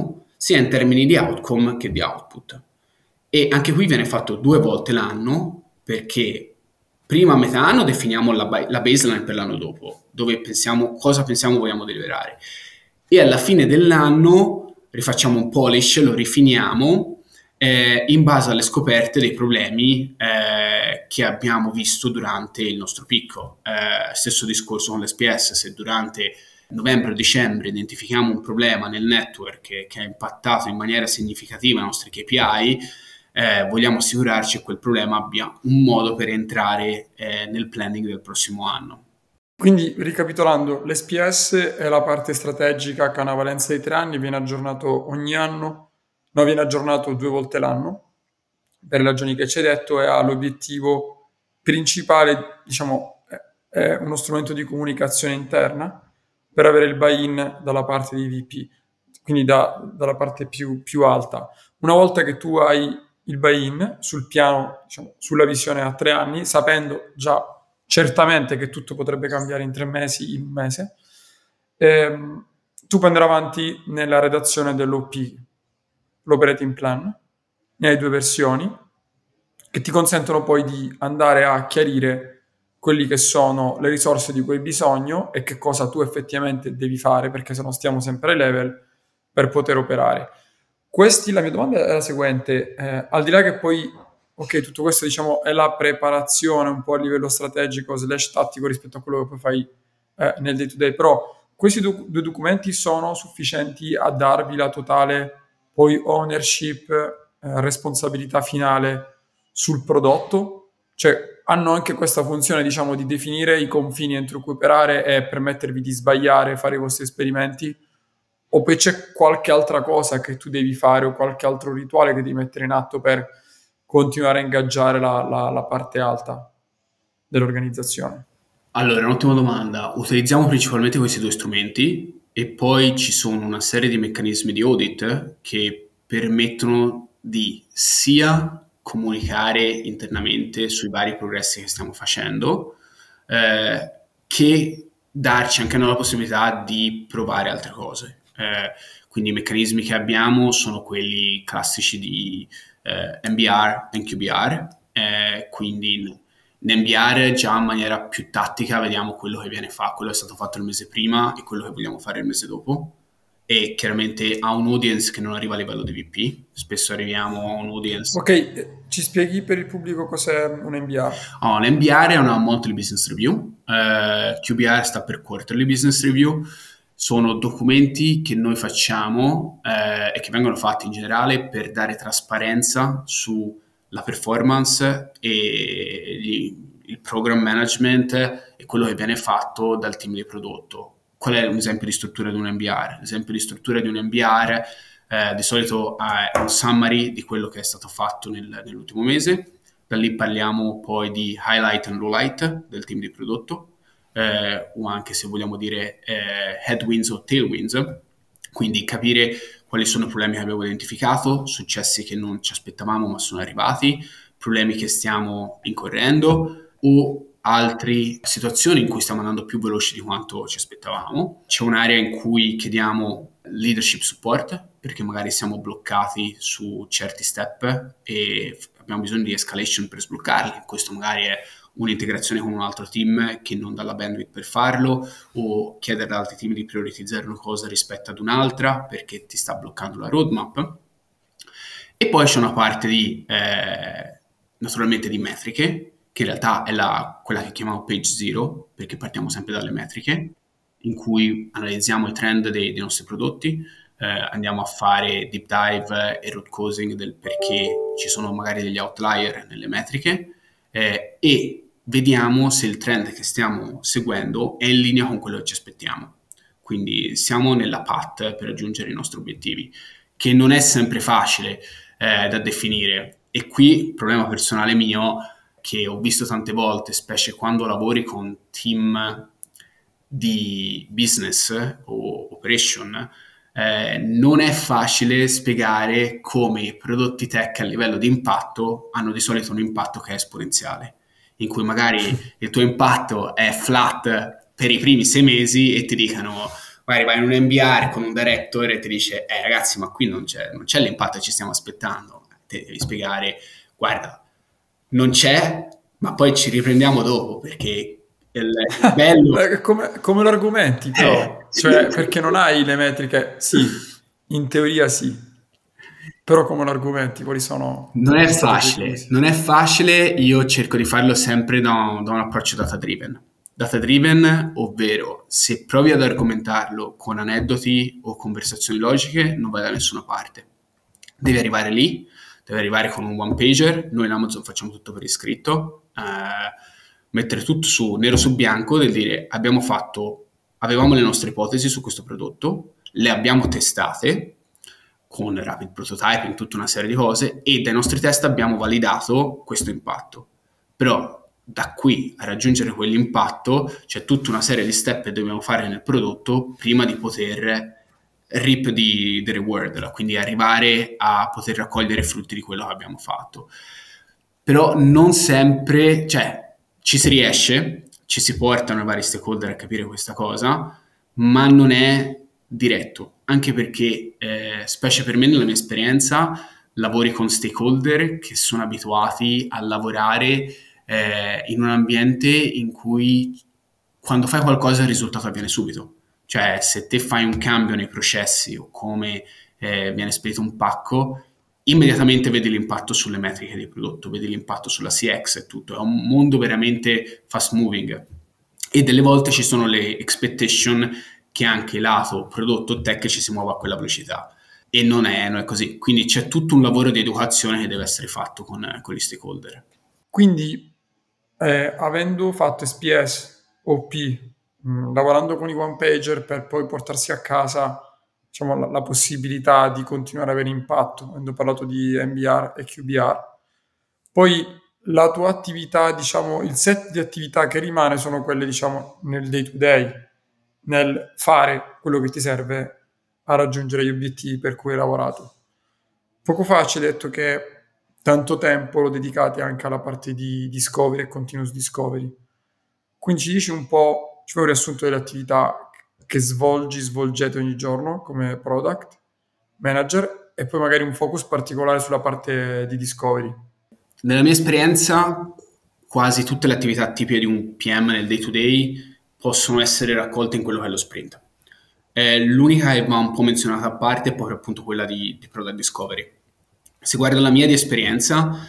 Speaker 1: sia in termini di outcome che di output. E anche qui viene fatto due volte l'anno, perché prima a metà anno definiamo la, ba- la baseline per l'anno dopo, dove pensiamo cosa pensiamo vogliamo deliberare, e alla fine dell'anno rifacciamo un polish, lo rifiniamo eh, in base alle scoperte dei problemi eh, che abbiamo visto durante il nostro picco. Eh, stesso discorso con l'S P S: se durante novembre o dicembre identifichiamo un problema nel network che, che ha impattato in maniera significativa i nostri K P I, eh, vogliamo assicurarci che quel problema abbia un modo per entrare eh, nel planning del prossimo anno.
Speaker 2: Quindi, ricapitolando, l'S P S è la parte strategica che ha una valenza di tre anni, viene aggiornato ogni anno, no, viene aggiornato due volte l'anno, per le ragioni che ci hai detto, e ha l'obiettivo principale, diciamo, è uno strumento di comunicazione interna per avere il buy-in dalla parte di V P, quindi da, dalla parte più, più alta. Una volta che tu hai il buy-in sul piano, diciamo, sulla visione a tre anni, sapendo già certamente che tutto potrebbe cambiare in tre mesi, in un mese, ehm, tu puoi andare avanti nella redazione dell'O P, l'operating plan, ne hai due versioni, che ti consentono poi di andare a chiarire quelli che sono le risorse di cui hai bisogno e che cosa tu effettivamente devi fare, perché se no stiamo sempre ai level, per poter operare. Questi, la mia domanda è la seguente: eh, al di là che poi, ok, tutto questo diciamo è la preparazione un po' a livello strategico slash tattico rispetto a quello che poi fai eh, nel day to day, però questi do- due documenti sono sufficienti a darvi la totale poi ownership, eh, responsabilità finale sul prodotto? Cioè hanno anche questa funzione, diciamo, di definire i confini entro cui operare e permettervi di sbagliare, fare i vostri esperimenti? O poi c'è qualche altra cosa che tu devi fare o qualche altro rituale che devi mettere in atto per continuare a ingaggiare la, la, la parte alta dell'organizzazione?
Speaker 1: Allora, è un'ottima domanda. Utilizziamo principalmente questi due strumenti e poi ci sono una serie di meccanismi di audit che permettono di sia comunicare internamente sui vari progressi che stiamo facendo, eh, che darci anche noi la possibilità di provare altre cose. Eh, quindi i meccanismi che abbiamo sono quelli classici di eh, M B R e Q B R, eh, quindi in M B R già in maniera più tattica vediamo quello che viene fatto, quello che è stato fatto il mese prima e quello che vogliamo fare il mese dopo, e chiaramente ha un audience che non arriva a livello di V P, spesso arriviamo a un audience.
Speaker 2: Ok, eh, ci spieghi per il pubblico cos'è un M B R?
Speaker 1: Oh, l'M B R è una monthly business review, eh, Q B R sta per quarterly business review. Sono documenti che noi facciamo eh, e che vengono fatti in generale per dare trasparenza sulla performance e gli, il program management e quello che viene fatto dal team di prodotto. Qual è un esempio di struttura di un M B R? L'esempio di struttura di un M B R eh, di solito è un summary di quello che è stato fatto nel, nell'ultimo mese. Da lì parliamo poi di highlight and lowlight del team di prodotto, eh, o anche, se vogliamo dire, eh, headwinds o tailwinds, quindi capire quali sono i problemi che abbiamo identificato, successi che non ci aspettavamo ma sono arrivati, problemi che stiamo incorrendo o altre situazioni in cui stiamo andando più veloci di quanto ci aspettavamo. C'è un'area in cui chiediamo leadership support, perché magari siamo bloccati su certi step e abbiamo bisogno di escalation per sbloccarli. Questo magari è un'integrazione con un altro team che non dà la bandwidth per farlo, o chiedere ad altri team di prioritizzare una cosa rispetto ad un'altra perché ti sta bloccando la roadmap. E poi c'è una parte di eh, naturalmente di metriche, che in realtà è la, quella che chiamiamo page zero, perché partiamo sempre dalle metriche, in cui analizziamo i trend dei, dei nostri prodotti, eh, andiamo a fare deep dive e root causing del perché ci sono magari degli outlier nelle metriche, eh, e vediamo se il trend che stiamo seguendo è in linea con quello che ci aspettiamo. Quindi siamo nella path per raggiungere i nostri obiettivi, che non è sempre facile eh, da definire. E qui, problema personale mio, che ho visto tante volte, specie quando lavori con team di business o operation, eh, non è facile spiegare come i prodotti tech a livello di impatto hanno di solito un impatto che è esponenziale, in cui magari il tuo impatto è flat per i primi sei mesi e ti dicono magari vai in un M B R con un director e ti dice eh ragazzi ma qui non c'è, non c'è l'impatto che ci stiamo aspettando, te devi spiegare guarda non c'è ma poi ci riprendiamo dopo perché il, il bello
Speaker 2: come, come lo argomenti però?
Speaker 1: eh,
Speaker 2: Cioè, perché non hai le metriche? Sì, in teoria sì, però come lo argomenti? Quali sono
Speaker 1: non è
Speaker 2: le strategie che
Speaker 1: facile,
Speaker 2: usi?
Speaker 1: non è facile, io cerco di farlo sempre da, da un approccio data driven. Data driven, ovvero se provi ad argomentarlo con aneddoti o conversazioni logiche, non vai da nessuna parte. Devi arrivare lì, devi arrivare con un one pager, noi in Amazon facciamo tutto per iscritto, eh, mettere tutto su nero su bianco del dire abbiamo fatto, avevamo le nostre ipotesi su questo prodotto, le abbiamo testate con rapid prototyping, tutta una serie di cose e dai nostri test abbiamo validato questo impatto. Però da qui a raggiungere quell'impatto c'è tutta una serie di step che dobbiamo fare nel prodotto prima di poter reap di, the reward, quindi arrivare a poter raccogliere i frutti di quello che abbiamo fatto. Però non sempre, cioè ci si riesce, ci si portano i vari stakeholder a capire questa cosa, ma non è diretto, anche perché, eh, specie per me nella mia esperienza, lavori con stakeholder che sono abituati a lavorare eh, in un ambiente in cui quando fai qualcosa il risultato avviene subito. Cioè, se te fai un cambio nei processi o come eh, viene spedito un pacco, immediatamente vedi l'impatto sulle metriche del prodotto, vedi l'impatto sulla C X e tutto. È un mondo veramente fast moving e delle volte ci sono le expectation che anche lato prodotto tech ci si muova a quella velocità e non è, non è così. Quindi c'è tutto un lavoro di educazione che deve essere fatto con, con gli stakeholder.
Speaker 2: Quindi, eh, avendo fatto S P S, O P, mh, lavorando con i one pager per poi portarsi a casa, diciamo, la, la possibilità di continuare ad avere impatto, avendo parlato di M B R e Q B R, poi la tua attività, diciamo, il set di attività che rimane sono quelle, diciamo, nel day to day, nel fare quello che ti serve a raggiungere gli obiettivi per cui hai lavorato. Poco fa ci hai detto che tanto tempo lo dedicate anche alla parte di discovery e continuous discovery. Quindi ci dici un po', ci fai un riassunto delle attività che svolgi, svolgete ogni giorno come product manager e poi magari un focus particolare sulla parte di discovery.
Speaker 1: Nella mia esperienza, quasi tutte le attività tipiche di un P M nel day to day possono essere raccolte in quello che è lo sprint. Eh, l'unica che va un po' menzionata a parte è proprio appunto quella di, di product discovery. Se guarda la mia di esperienza,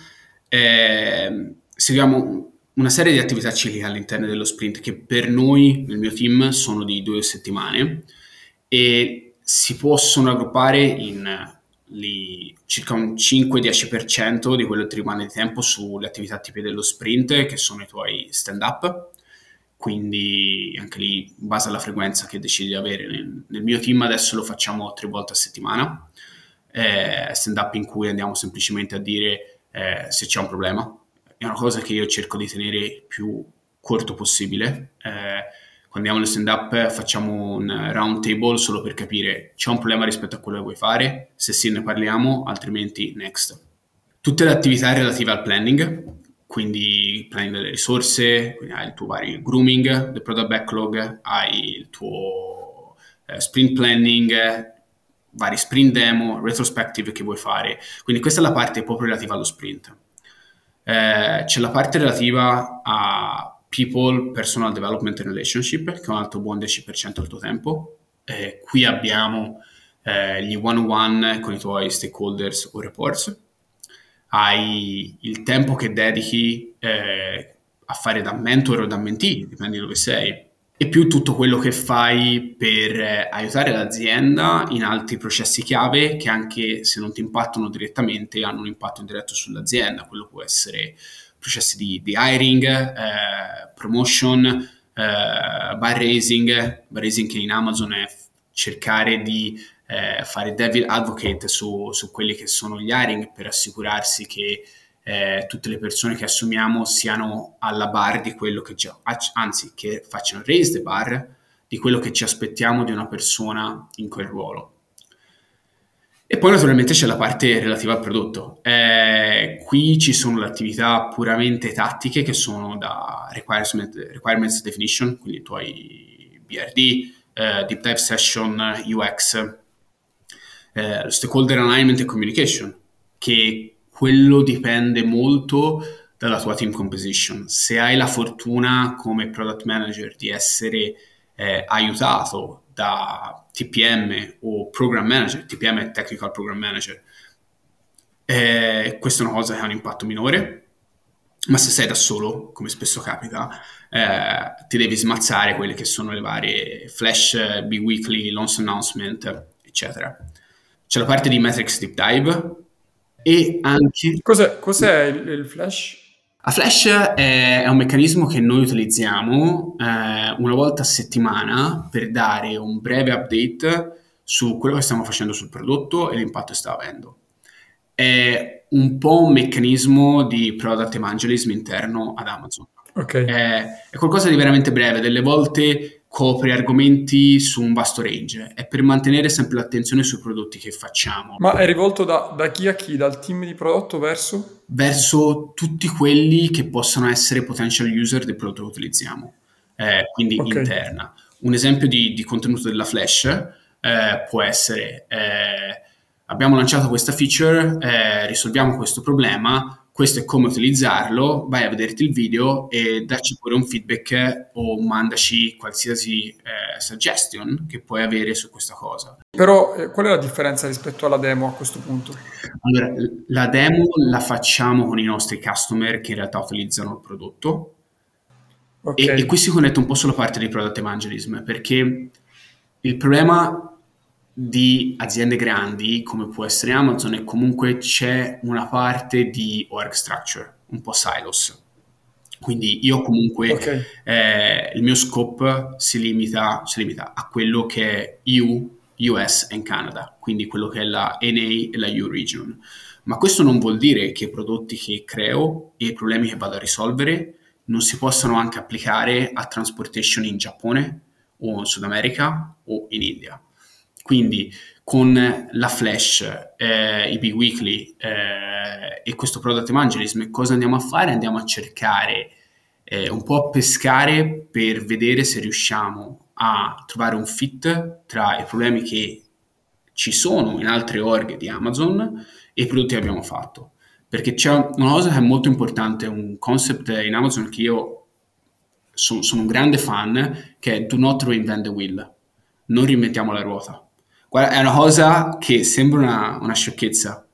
Speaker 1: eh, seguiamo una serie di attività cicliche all'interno dello sprint che per noi, nel mio team, sono di due settimane e si possono raggruppare in li, circa un cinque-dieci per cento di quello che ti rimane di tempo sulle attività tipiche dello sprint, che sono i tuoi stand-up. Quindi anche lì, in base alla frequenza che decidi di avere. Nel, nel mio team adesso lo facciamo tre volte a settimana, eh, stand-up in cui andiamo semplicemente a dire eh, se c'è un problema. È una cosa che io cerco di tenere più corto possibile. Eh, quando andiamo allo stand-up facciamo un round table solo per capire c'è un problema rispetto a quello che vuoi fare, se sì ne parliamo, altrimenti next. Tutte le attività relative al planning, quindi planning delle risorse, quindi hai il tuo vari grooming, del product backlog, hai il tuo eh, sprint planning, vari sprint demo, retrospective che vuoi fare. Quindi questa è la parte proprio relativa allo sprint. Eh, c'è la parte relativa a people, personal development and relationship, che è un altro buon dieci per cento del tuo tempo. Eh, qui abbiamo eh, gli one-on-one con i tuoi stakeholders o reports. Hai il tempo che dedichi eh, a fare da mentor o da mentee, dipende da dove sei, e più tutto quello che fai per eh, aiutare l'azienda in altri processi chiave che anche se non ti impattano direttamente hanno un impatto indiretto sull'azienda. Quello può essere processi di, di hiring, eh, promotion, eh, bar raising, bar raising che in Amazon è cercare di eh, fare devil advocate su, su quelli che sono gli hiring per assicurarsi che eh, tutte le persone che assumiamo siano alla bar di quello che già, anzi che facciano raise the bar di quello che ci aspettiamo di una persona in quel ruolo. E poi naturalmente c'è la parte relativa al prodotto. Eh, qui ci sono le attività puramente tattiche che sono da requirements, requirements definition, quindi i tuoi B R D, eh, deep dive session U X, eh, stakeholder alignment e communication, che quello dipende molto dalla tua team composition. Se hai la fortuna come product manager di essere eh, aiutato da T P M o program manager, T P M è technical program manager, eh, questa è una cosa che ha un impatto minore. Ma se sei da solo, come spesso capita, eh, ti devi smazzare quelle che sono le varie flash, bi-weekly, launch announcement, eccetera. C'è la parte di metrics deep dive e anche...
Speaker 2: Cos'è, cos'è il, il flash?
Speaker 1: A Flash è, è un meccanismo che noi utilizziamo eh, una volta a settimana per dare un breve update su quello che stiamo facendo sul prodotto e l'impatto che sta avendo. È un po' un meccanismo di product evangelism interno ad Amazon.
Speaker 2: Ok.
Speaker 1: È, è qualcosa di veramente breve, delle volte copre argomenti su un vasto range, è per mantenere sempre l'attenzione sui prodotti che facciamo.
Speaker 2: Ma è rivolto da, da chi a chi? Dal team di prodotto verso?
Speaker 1: Verso tutti quelli che possono essere potential user del prodotto che utilizziamo, eh, quindi
Speaker 2: Ok.
Speaker 1: interna. Un esempio di, di contenuto della Flash eh, può essere eh, abbiamo lanciato questa feature, eh, risolviamo questo problema, questo è come utilizzarlo, vai a vederti il video e dacci pure un feedback o mandaci qualsiasi eh, suggestion che puoi avere su questa cosa.
Speaker 2: Però eh, qual è la differenza rispetto alla demo a questo punto?
Speaker 1: Allora, la demo la facciamo con i nostri customer che in realtà utilizzano il prodotto.
Speaker 2: Ok.
Speaker 1: E, e qui si connette un po' sulla parte di product evangelism, perché il problema di aziende grandi come può essere Amazon è comunque c'è una parte di org structure, un po' silos. Quindi io comunque
Speaker 2: Ok.
Speaker 1: eh, il mio scope si limita, si limita a quello che è E U, U S e Canada, quindi quello che è la N A e la U region. Ma questo non vuol dire che i prodotti che creo e i problemi che vado a risolvere non si possono anche applicare a transportation in Giappone o in Sud America o in India. Quindi con la Flash, eh, i bi-weekly eh, e questo product evangelism, cosa andiamo a fare? Andiamo a cercare eh, un po' a pescare per vedere se riusciamo a trovare un fit tra i problemi che ci sono in altre org di Amazon e i prodotti che abbiamo fatto. Perché c'è una cosa che è molto importante, un concept in Amazon che io sono, sono un grande fan, che è do not reinvent the wheel, non reinventiamo la ruota. Guarda, è una cosa che sembra una, una sciocchezza.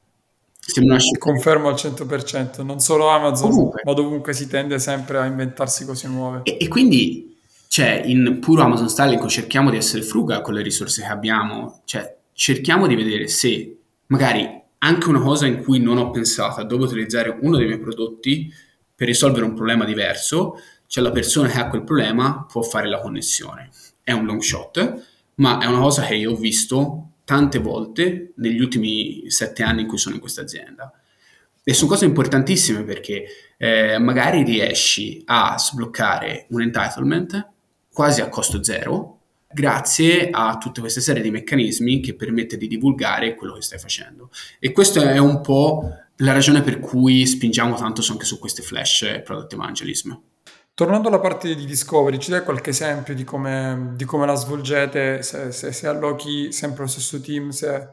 Speaker 1: Sembra una sciocchezza.
Speaker 2: Confermo al cento per cento, non solo Amazon,
Speaker 1: Comunque,
Speaker 2: ma dovunque si tende sempre a inventarsi cose nuove.
Speaker 1: E, e quindi, cioè, in puro Amazon Styling cerchiamo di essere frugal con le risorse che abbiamo, cioè, cerchiamo di vedere se magari anche una cosa in cui non ho pensato, dove utilizzare uno dei miei prodotti per risolvere un problema diverso, cioè la persona che ha quel problema può fare la connessione. È un long shot, ma è una cosa che io ho visto tante volte negli ultimi sette anni in cui sono in questa azienda. E sono cose importantissime perché eh, magari riesci a sbloccare un entitlement quasi a costo zero grazie a tutte queste serie di meccanismi che permette di divulgare quello che stai facendo. E questa è un po' la ragione per cui spingiamo tanto anche su queste flash e product evangelism.
Speaker 2: Tornando alla parte di discovery, ci dai qualche esempio di come, di come la svolgete, se, se, se allochi sempre lo stesso team, se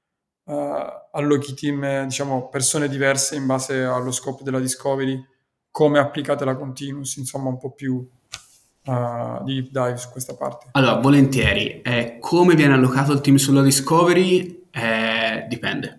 Speaker 2: uh, allochi team, eh, diciamo, persone diverse in base allo scopo della discovery, come applicate la continuous, insomma un po' più uh, di deep dive su questa parte.
Speaker 1: Allora, volentieri. Eh, come viene allocato il team sulla discovery? Eh, dipende.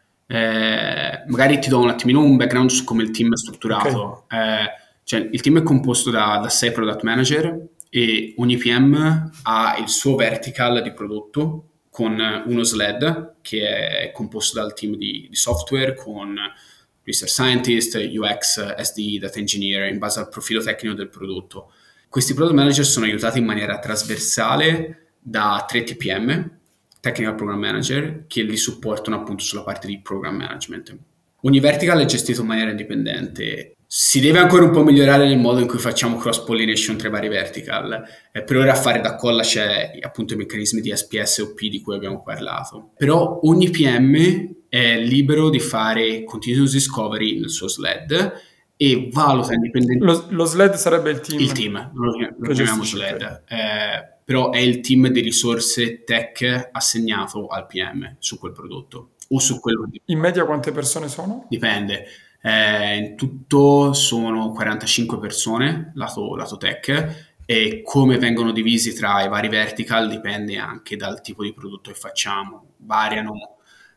Speaker 1: Eh, magari ti do un attimino un background su come il team è strutturato.
Speaker 2: Okay.
Speaker 1: Eh, cioè, il team è composto da, da sei product manager e ogni P M ha il suo vertical di prodotto con uno S L E D che è composto dal team di, di software con research scientist, U X, S D, data engineer in base al profilo tecnico del prodotto. Questi product manager sono aiutati in maniera trasversale da tre T P M, Technical Program Manager, che li supportano appunto sulla parte di program management. Ogni vertical è gestito in maniera indipendente. Si deve ancora un po' migliorare nel modo in cui facciamo cross-pollination tra i vari vertical. Eh, per ora a fare da colla c'è appunto i meccanismi di S P S o P di cui abbiamo parlato. Però ogni P M è libero di fare continuous discovery nel suo S L E D e valuta indipendentemente.
Speaker 2: Lo, lo S L E D sarebbe il team.
Speaker 1: Il team, lo, lo chiamiamo S L E D.
Speaker 2: Okay.
Speaker 1: Eh, però è il team di risorse tech assegnato al P M su quel prodotto o su quello di...
Speaker 2: In media quante persone sono?
Speaker 1: Dipende. Eh, in tutto sono quarantacinque persone, lato, lato tech, e come vengono divisi tra i vari vertical dipende anche dal tipo di prodotto che facciamo. Variano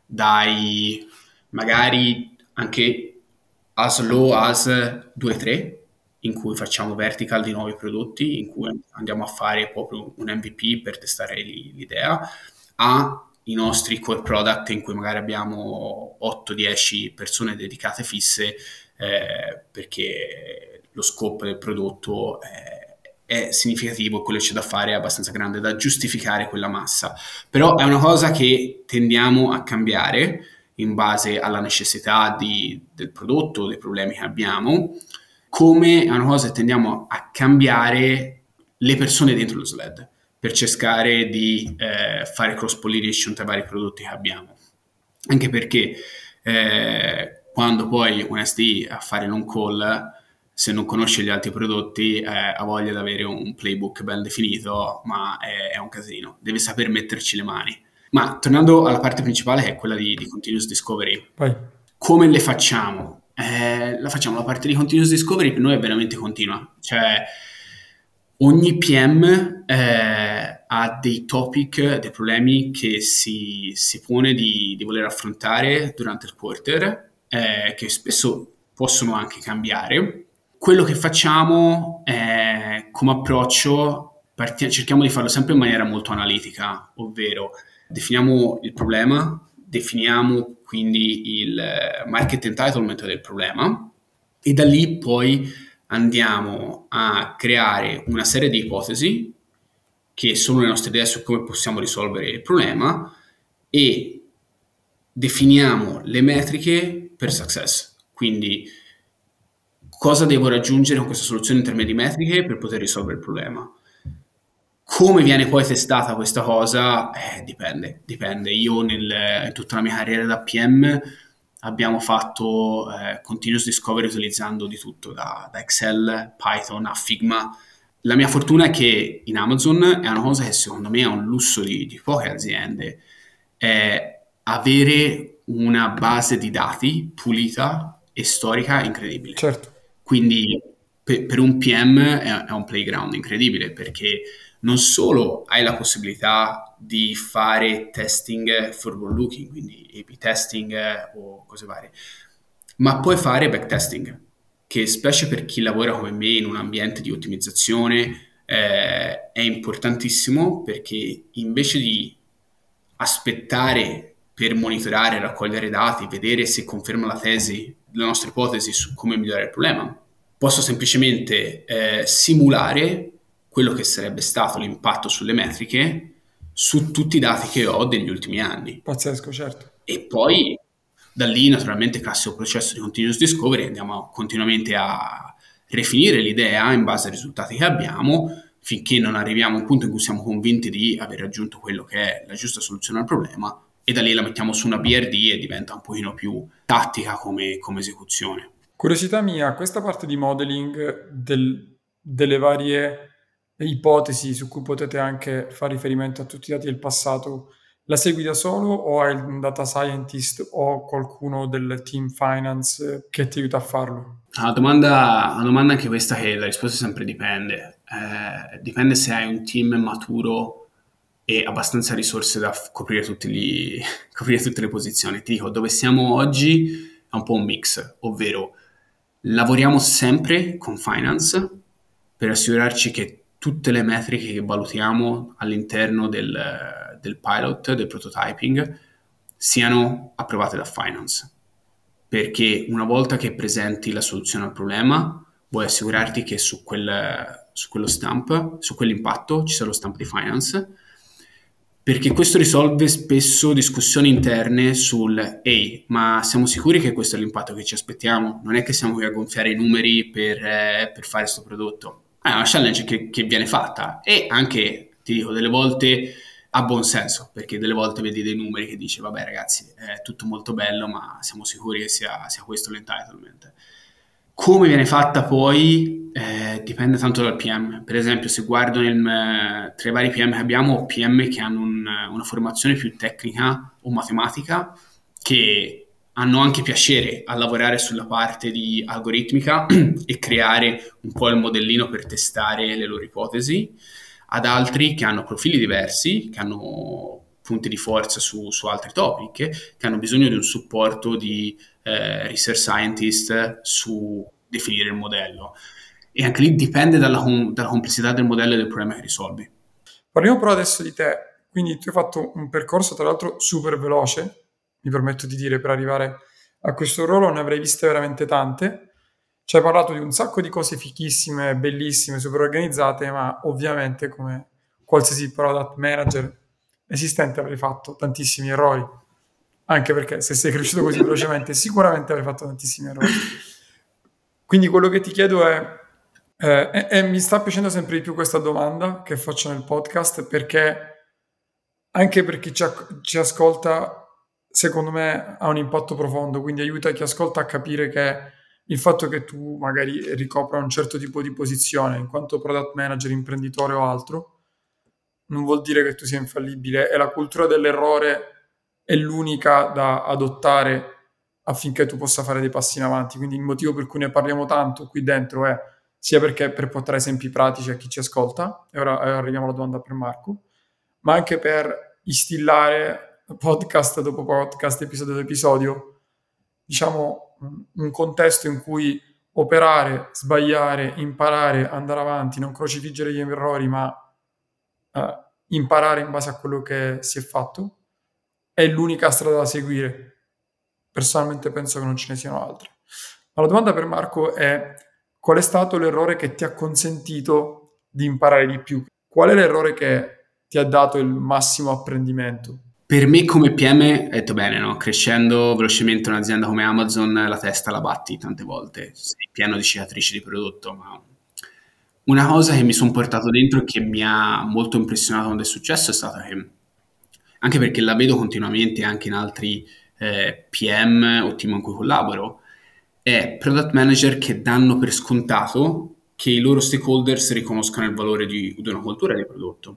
Speaker 1: dai magari anche as low as due tre, in cui facciamo vertical di nuovi prodotti, in cui andiamo a fare proprio un M V P per testare l'idea, a i nostri core product in cui magari abbiamo otto dieci persone dedicate fisse, eh, perché lo scopo del prodotto è, è significativo e quello che c'è da fare è abbastanza grande da giustificare quella massa. Però è una cosa che tendiamo a cambiare in base alla necessità di, del prodotto, dei problemi che abbiamo, come è una cosa che tendiamo a cambiare le persone dentro lo sled per cercare di eh, fare cross pollination tra i vari prodotti che abbiamo. Anche perché eh, quando poi un S D a fare l'on call, se non conosce gli altri prodotti, eh, ha voglia di avere un playbook ben definito, ma è, è un casino. Deve saper metterci le mani. Ma tornando alla parte principale, che è quella di, di continuous discovery,
Speaker 2: Vai.
Speaker 1: come le facciamo? Eh, la facciamo, la parte di continuous discovery per noi è veramente continua. Cioè, ogni P M eh, ha dei topic, dei problemi che si, si pone di, di voler affrontare durante il quarter, eh, che spesso possono anche cambiare. Quello che facciamo eh, come approccio, parti- cerchiamo di farlo sempre in maniera molto analitica, ovvero definiamo il problema, definiamo quindi il market entitlement del problema e da lì poi andiamo a creare una serie di ipotesi che sono le nostre idee su come possiamo risolvere il problema e definiamo le metriche per success. Quindi cosa devo raggiungere con questa soluzione in termini di metriche per poter risolvere il problema. Come viene poi testata questa cosa? Eh, dipende, dipende. Io nel, in tutta la mia carriera da P M abbiamo fatto eh, continuous discovery utilizzando di tutto, da, da Excel, Python a Figma. La mia fortuna è che in Amazon è una cosa che secondo me è un lusso di, di poche aziende, è avere una base di dati pulita e storica incredibile.
Speaker 2: Certo.
Speaker 1: Quindi per, per un P M è, è un playground incredibile perché non solo hai la possibilità di fare testing forward looking, quindi A B testing eh, o cose varie, ma puoi fare backtesting, che specie per chi lavora come me in un ambiente di ottimizzazione eh, è importantissimo perché invece di aspettare per monitorare, raccogliere dati, vedere se conferma la tesi, la nostra ipotesi su come migliorare il problema, posso semplicemente eh, simulare quello che sarebbe stato l'impatto sulle metriche su tutti i dati che ho degli ultimi anni.
Speaker 2: Pazzesco, certo.
Speaker 1: E poi da lì, naturalmente, classico processo di continuous discovery, andiamo continuamente a rifinire l'idea in base ai risultati che abbiamo, finché non arriviamo a un punto in cui siamo convinti di aver raggiunto quello che è la giusta soluzione al problema, e da lì la mettiamo su una B R D e diventa un pochino più tattica come, come esecuzione.
Speaker 2: Curiosità mia, questa parte di modeling del, delle varie ipotesi su cui potete anche fare riferimento a tutti i dati del passato, la segui da solo o hai un data scientist o qualcuno del team finance che ti aiuta a farlo?
Speaker 1: La domanda, la domanda anche questa che la risposta sempre dipende. Eh, dipende se hai un team maturo e abbastanza risorse da f- coprire, tutti gli, coprire tutte le posizioni. Ti dico, dove siamo oggi è un po' un mix, ovvero lavoriamo sempre con finance per assicurarci che tutte le metriche che valutiamo all'interno del, del pilot, del prototyping, siano approvate da finance. Perché una volta che presenti la soluzione al problema, vuoi assicurarti che su, quel, su quello stamp, su quell'impatto ci sia lo stamp di finance, perché questo risolve spesso discussioni interne sul ehi, ma siamo sicuri che questo è l'impatto che ci aspettiamo? Non è che siamo qui a gonfiare i numeri per, eh, per fare questo prodotto. È una challenge che, che viene fatta e anche, ti dico, delle volte ha buon senso, perché delle volte vedi dei numeri che dici, vabbè ragazzi, è tutto molto bello, ma siamo sicuri che sia, sia questo l'entitlement. Come viene fatta poi eh, dipende tanto dal P M. Per esempio, se guardo nel, eh, tra i vari P M che abbiamo, ho P M che hanno un- una formazione più tecnica o matematica, che hanno anche piacere a lavorare sulla parte di algoritmica e creare un po' il modellino per testare le loro ipotesi, ad altri che hanno profili diversi, che hanno punti di forza su, su altre topic, che hanno bisogno di un supporto di eh, research scientist su definire il modello. E anche lì dipende dalla, com- dalla complessità del modello e del problema che risolvi.
Speaker 2: Parliamo però adesso di te. Quindi tu hai fatto un percorso, tra l'altro, super veloce, mi permetto di dire, per arrivare a questo ruolo. Ne avrei viste veramente tante. Ci hai parlato di un sacco di cose fichissime, bellissime, super organizzate, ma ovviamente, come qualsiasi product manager esistente, avrei fatto tantissimi errori. Anche perché se sei cresciuto così velocemente, sicuramente avrei fatto tantissimi errori. Quindi quello che ti chiedo è, eh, e, e mi sta piacendo sempre di più questa domanda che faccio nel podcast, perché anche per chi ci, ac- ci ascolta, secondo me ha un impatto profondo, quindi aiuta chi ascolta a capire che il fatto che tu magari ricopra un certo tipo di posizione in quanto product manager, imprenditore o altro, non vuol dire che tu sia infallibile, e la cultura dell'errore è l'unica da adottare affinché tu possa fare dei passi in avanti. Quindi il motivo per cui ne parliamo tanto qui dentro è sia perché per portare esempi pratici a chi ci ascolta, e ora eh, arriviamo alla domanda per Marco, ma anche per instillare podcast dopo podcast, episodio dopo episodio, diciamo, un un contesto in cui operare, sbagliare, imparare, andare avanti, non crocifiggere gli errori, ma eh, imparare in base a quello che si è fatto, è l'unica strada da seguire. Personalmente penso che non ce ne siano altre. Ma la domanda per Marco è: qual è stato l'errore che ti ha consentito di imparare di più? Qual è l'errore che ti ha dato il massimo apprendimento?
Speaker 1: Per me come P M, hai detto bene, no? Crescendo velocemente un'azienda come Amazon, la testa la batti tante volte, sei pieno di cicatrici di prodotto, ma una cosa che mi sono portato dentro e che mi ha molto impressionato quando è successo è stata che, anche perché la vedo continuamente anche in altri eh, P M o team con cui collaboro, è product manager che danno per scontato che i loro stakeholders riconoscano il valore di, di una cultura di prodotto.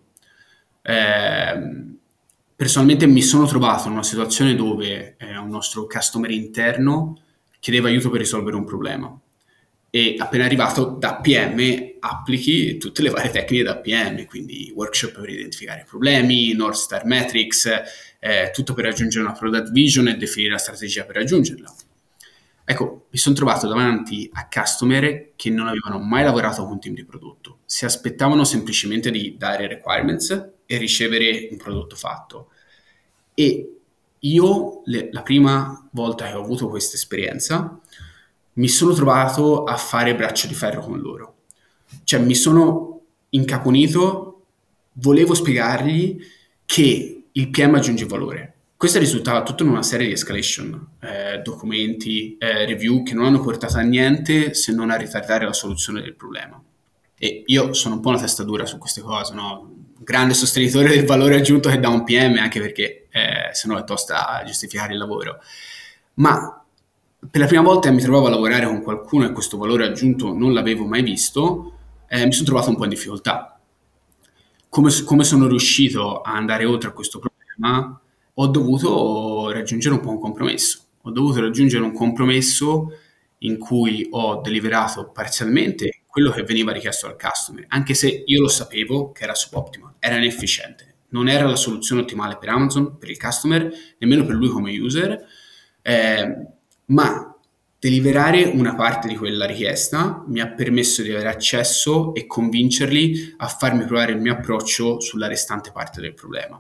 Speaker 1: Eh, Personalmente mi sono trovato in una situazione dove eh, un nostro customer interno chiedeva aiuto per risolvere un problema e appena arrivato da P M applichi tutte le varie tecniche da P M, quindi workshop per identificare i problemi, North Star Metrics, eh, tutto per raggiungere una product vision e definire la strategia per raggiungerla. Ecco, mi sono trovato davanti a customer che non avevano mai lavorato con un team di prodotto, si aspettavano semplicemente di dare requirements e ricevere un prodotto fatto. E io, le- la prima volta che ho avuto questa esperienza, mi sono trovato a fare braccio di ferro con loro. Cioè, mi sono incaponito, volevo spiegargli che il P M aggiunge valore. Questo risultava tutto in una serie di escalation, eh, documenti, eh, review che non hanno portato a niente se non a ritardare la soluzione del problema. E io sono un po' una testa dura su queste cose, no? Grande sostenitore del valore aggiunto che dà un P M, anche perché eh, se no è tosta a giustificare il lavoro. Ma per la prima volta mi trovavo a lavorare con qualcuno e questo valore aggiunto non l'avevo mai visto, eh, mi sono trovato un po' in difficoltà. Come, come sono riuscito a andare oltre a questo problema? Ho dovuto raggiungere un po' un compromesso. Ho dovuto raggiungere un compromesso in cui ho deliberato parzialmente quello che veniva richiesto dal customer, anche se io lo sapevo che era suboptimal, era inefficiente, non era la soluzione ottimale per Amazon, per il customer, nemmeno per lui come user, eh, ma deliberare una parte di quella richiesta mi ha permesso di avere accesso e convincerli a farmi provare il mio approccio sulla restante parte del problema.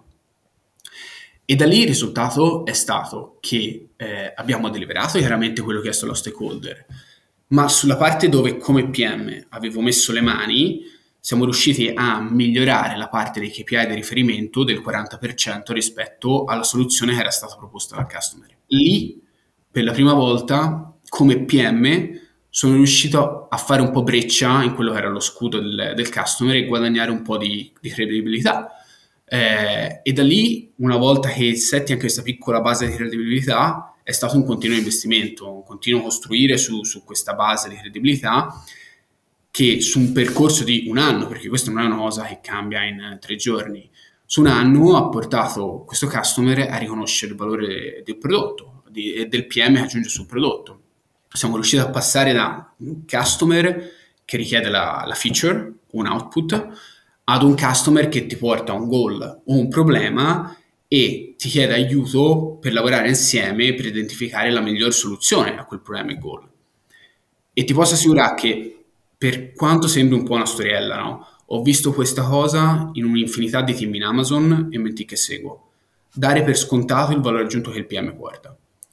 Speaker 1: E da lì il risultato è stato che eh, abbiamo deliberato chiaramente quello chiesto allo stakeholder, ma sulla parte dove come P M avevo messo le mani, siamo riusciti a migliorare la parte dei K P I di riferimento del quaranta per cento rispetto alla soluzione che era stata proposta dal customer. Lì, per la prima volta, come P M, sono riuscito a fare un po' breccia in quello che era lo scudo del, del customer e guadagnare un po' di, di credibilità. Eh, e da lì, una volta che setti anche questa piccola base di credibilità, è stato un continuo investimento, un continuo costruire su, su questa base di credibilità che su un percorso di un anno, perché questa non è una cosa che cambia in eh, tre giorni, su un anno ha portato questo customer a riconoscere il valore del prodotto di- e del P M che aggiunge sul prodotto. Siamo riusciti a passare da un customer che richiede la, la feature, un output, ad un customer che ti porta un goal o un problema e ti chiede aiuto per lavorare insieme per identificare la miglior soluzione a quel problema e goal. E ti posso assicurare che, per quanto sembri un po' una storiella, no? Ho visto questa cosa in un'infinità di team in Amazon e metti che seguo. Dare per scontato il valore aggiunto che il P M porta.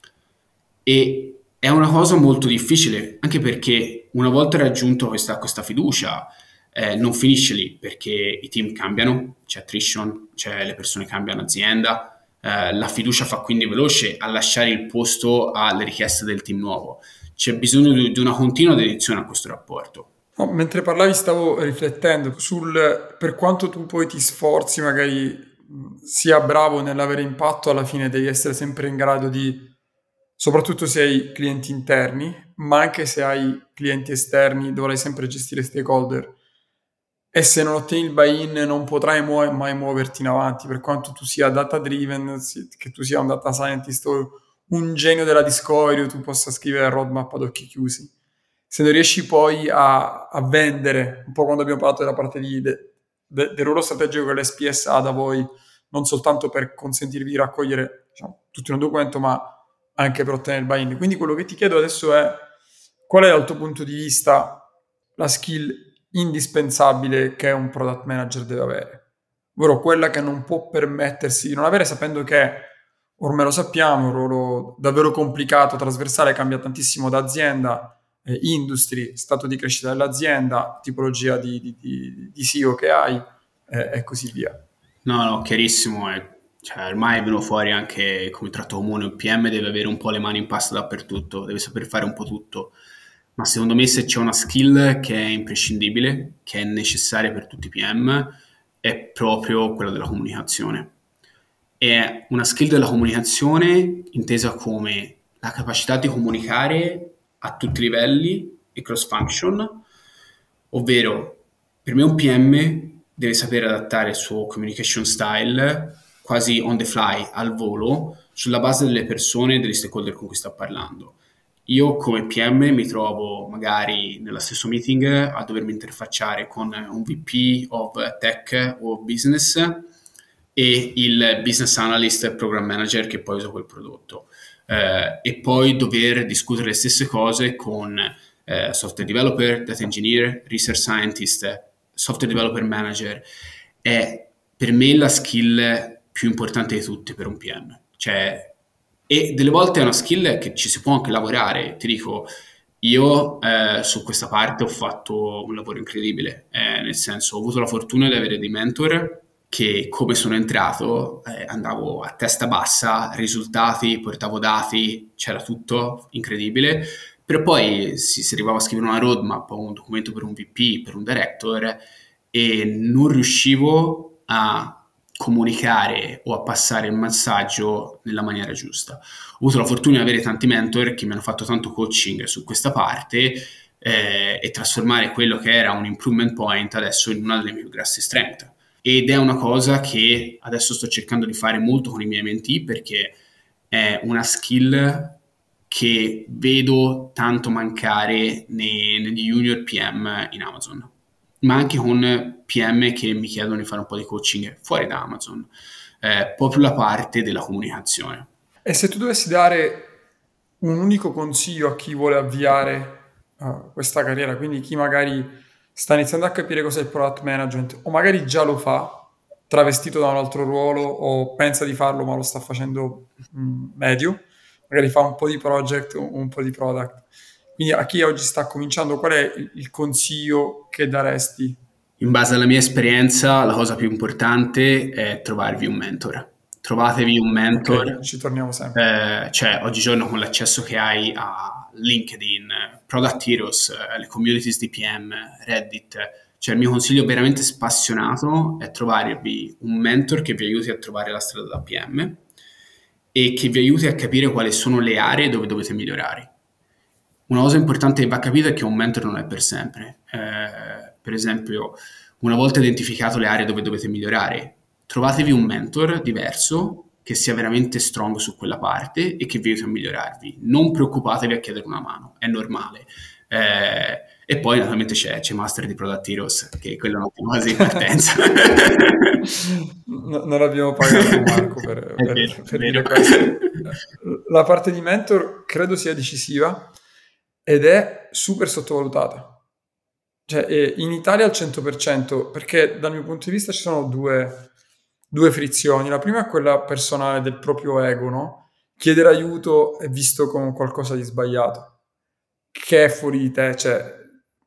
Speaker 1: E è una cosa molto difficile, anche perché una volta raggiunto questa, questa fiducia, eh, non finisce lì, perché i team cambiano, c'è attrition, c'è le persone cambiano azienda, eh, la fiducia fa quindi veloce a lasciare il posto alle richieste del team nuovo. C'è bisogno di, di una continua dedizione a questo rapporto.
Speaker 2: No, mentre parlavi stavo riflettendo sul per quanto tu poi ti sforzi, magari mh, sia bravo nell'avere impatto, alla fine devi essere sempre in grado di, soprattutto se hai clienti interni, ma anche se hai clienti esterni, dovrai sempre gestire stakeholder. E se non ottieni il buy-in non potrai mu- mai muoverti in avanti, per quanto tu sia data driven, si- che tu sia un data scientist o un genio della discovery, o tu possa scrivere roadmap ad occhi chiusi. Se non riesci poi a, a vendere, un po' quando abbiamo parlato della parte di, de- de- del ruolo strategico che l'S P S ha da voi, non soltanto per consentirvi di raccogliere, diciamo, tutto in un documento, ma anche per ottenere il buy-in. Quindi quello che ti chiedo adesso è qual è dal tuo punto di vista la skill indispensabile che un product manager deve avere, ovvero quella che non può permettersi di non avere, sapendo che ormai lo sappiamo, è un ruolo davvero complicato, trasversale, cambia tantissimo da azienda, eh, industry, stato di crescita dell'azienda, tipologia di, di, di, di C E O che hai, eh, e così via.
Speaker 1: No, no, chiarissimo. È, cioè, ormai è venuto fuori anche come tratto comune. Un P M deve avere un po' le mani in pasta dappertutto, deve saper fare un po' tutto. Ma secondo me se c'è una skill che è imprescindibile, che è necessaria per tutti i P M, è proprio quella della comunicazione. È una skill della comunicazione intesa come la capacità di comunicare a tutti i livelli e cross function, ovvero per me un P M deve sapere adattare il suo communication style quasi on the fly, al volo, sulla base delle persone e degli stakeholder con cui sta parlando. Io come P M mi trovo magari nello stesso meeting a dovermi interfacciare con un V P of Tech o Business e il Business Analyst e Program Manager che poi usa quel prodotto. Eh, e poi dover discutere le stesse cose con eh, software developer, data engineer, research scientist, software developer manager. È per me la skill più importante di tutte per un P M. Cioè, e delle volte è una skill che ci si può anche lavorare. Ti dico, io eh, su questa parte ho fatto un lavoro incredibile, eh, nel senso ho avuto la fortuna di avere dei mentor che come sono entrato eh, andavo a testa bassa, risultati, portavo dati, c'era tutto incredibile, però poi si, si arrivava a scrivere una roadmap o un documento per un V P, per un director e non riuscivo a comunicare o a passare il messaggio nella maniera giusta. Ho avuto la fortuna di avere tanti mentor che mi hanno fatto tanto coaching su questa parte eh, e trasformare quello che era un improvement point adesso in una delle mie più grossi strength. Ed è una cosa che adesso sto cercando di fare molto con i miei mentee perché è una skill che vedo tanto mancare nei, negli junior P M in Amazon, ma anche con P M che mi chiedono di fare un po' di coaching fuori da Amazon, eh, proprio la parte della comunicazione.
Speaker 2: E se tu dovessi dare un unico consiglio a chi vuole avviare uh, questa carriera, quindi chi magari sta iniziando a capire cos'è il product management o magari già lo fa, travestito da un altro ruolo o pensa di farlo ma lo sta facendo mh, medio, magari fa un po' di project o un po' di product. Quindi a chi oggi sta cominciando, qual è il, il consiglio che daresti?
Speaker 1: In base alla mia esperienza, la cosa più importante è trovarvi un mentor. Trovatevi un
Speaker 2: Ok,
Speaker 1: mentor,
Speaker 2: ci torniamo sempre.
Speaker 1: eh, cioè oggigiorno con l'accesso che hai a LinkedIn, Product Heroes, eh, le communities di P M, Reddit, Cioè il mio consiglio veramente spassionato è trovarvi un mentor che vi aiuti a trovare la strada da P M e che vi aiuti a capire quali sono le aree dove dovete migliorare. Una cosa importante che va capita è che un mentor non è per sempre. Eh, per esempio, una volta identificato le aree dove dovete migliorare, trovatevi un mentor diverso che sia veramente strong su quella parte e che vi aiuti a migliorarvi. Non preoccupatevi a chiedere una mano, è normale. Eh, e poi naturalmente c'è, c'è Master di Product Heroes, che quello è un'ottima base di partenza.
Speaker 2: No, non abbiamo pagato Marco per, per,
Speaker 1: vero,
Speaker 2: per dire questo. La parte di mentor credo sia decisiva ed è super sottovalutata. Cioè, in Italia al cento per cento, perché dal mio punto di vista ci sono due, due frizioni. La prima è quella personale del proprio ego, no? Chiedere aiuto è visto come qualcosa di sbagliato, che è fuori di te, cioè,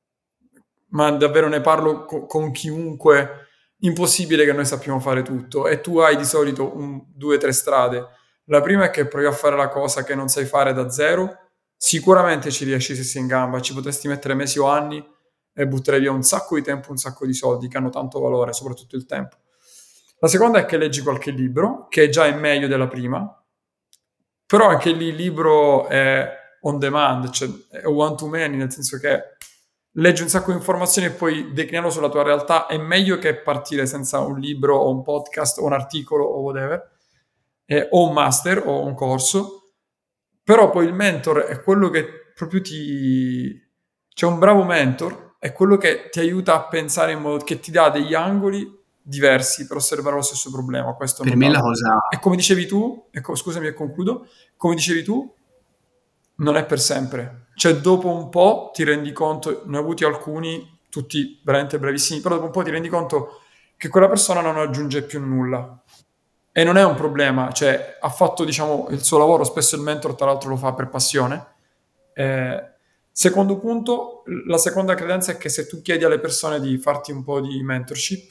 Speaker 2: ma davvero ne parlo co- con chiunque, impossibile che noi sappiamo fare tutto, e tu hai di solito un, due, tre strade. La prima è che provi a fare la cosa che non sai fare da zero, sicuramente ci riesci se sei in gamba, ci potresti mettere mesi o anni e buttare via un sacco di tempo, un sacco di soldi che hanno tanto valore, soprattutto il tempo. La seconda è che leggi qualche libro, che già è meglio della prima, però anche lì il libro è on demand, cioè è one to many, nel senso che leggi un sacco di informazioni e poi declinarlo sulla tua realtà è meglio che partire senza un libro o un podcast o un articolo o whatever, eh, o un master o un corso. Però poi il mentor è quello che proprio ti... C'è un bravo mentor, è quello che ti aiuta a pensare in modo che ti dà degli angoli diversi per osservare lo stesso problema. Questo
Speaker 1: Per me la cosa...
Speaker 2: E come dicevi tu, ecco, scusami e concludo, come dicevi tu, non è per sempre. Cioè dopo un po' ti rendi conto, ne ho avuti alcuni, tutti veramente bravissimi, però dopo un po' ti rendi conto che quella persona non aggiunge più nulla. E non è un problema, cioè ha fatto, diciamo, il suo lavoro, spesso il mentor tra l'altro lo fa per passione. Eh, secondo punto, la seconda credenza è che se tu chiedi alle persone di farti un po' di mentorship,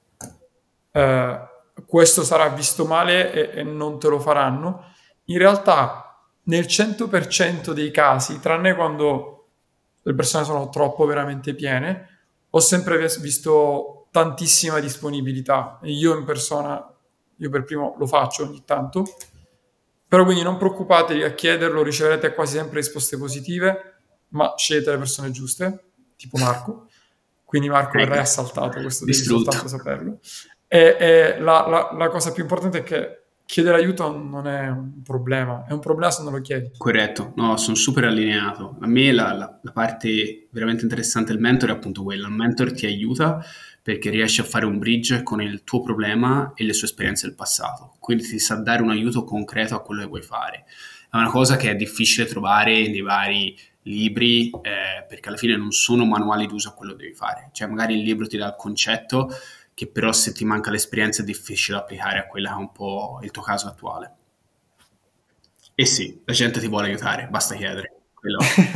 Speaker 2: eh, questo sarà visto male e, e non te lo faranno. In realtà nel cento per cento dei casi, tranne quando le persone sono troppo veramente piene, ho sempre visto tantissima disponibilità. E io in persona, io per primo lo faccio ogni tanto, però quindi non preoccupatevi a chiederlo, riceverete quasi sempre risposte positive, ma scegliete le persone giuste, tipo Marco. Quindi Marco verrai assaltato, questo devi soltanto saperlo. E, e la, la, la cosa più importante è che chiedere aiuto non è un problema, è un problema se non lo chiedi.
Speaker 1: Corretto, no, sono super allineato. A me la, la, la parte veramente interessante del mentor è appunto quella. Il mentor ti aiuta perché riesce a fare un bridge con il tuo problema e le sue esperienze del passato. Quindi ti sa dare un aiuto concreto a quello che vuoi fare. È una cosa che è difficile trovare nei vari libri, eh, perché alla fine non sono manuali d'uso a quello che devi fare. Cioè magari il libro ti dà il concetto, che però se ti manca l'esperienza è difficile applicare a quella che è un po' il tuo caso attuale. E sì, la gente ti vuole aiutare, basta chiedere. Quello,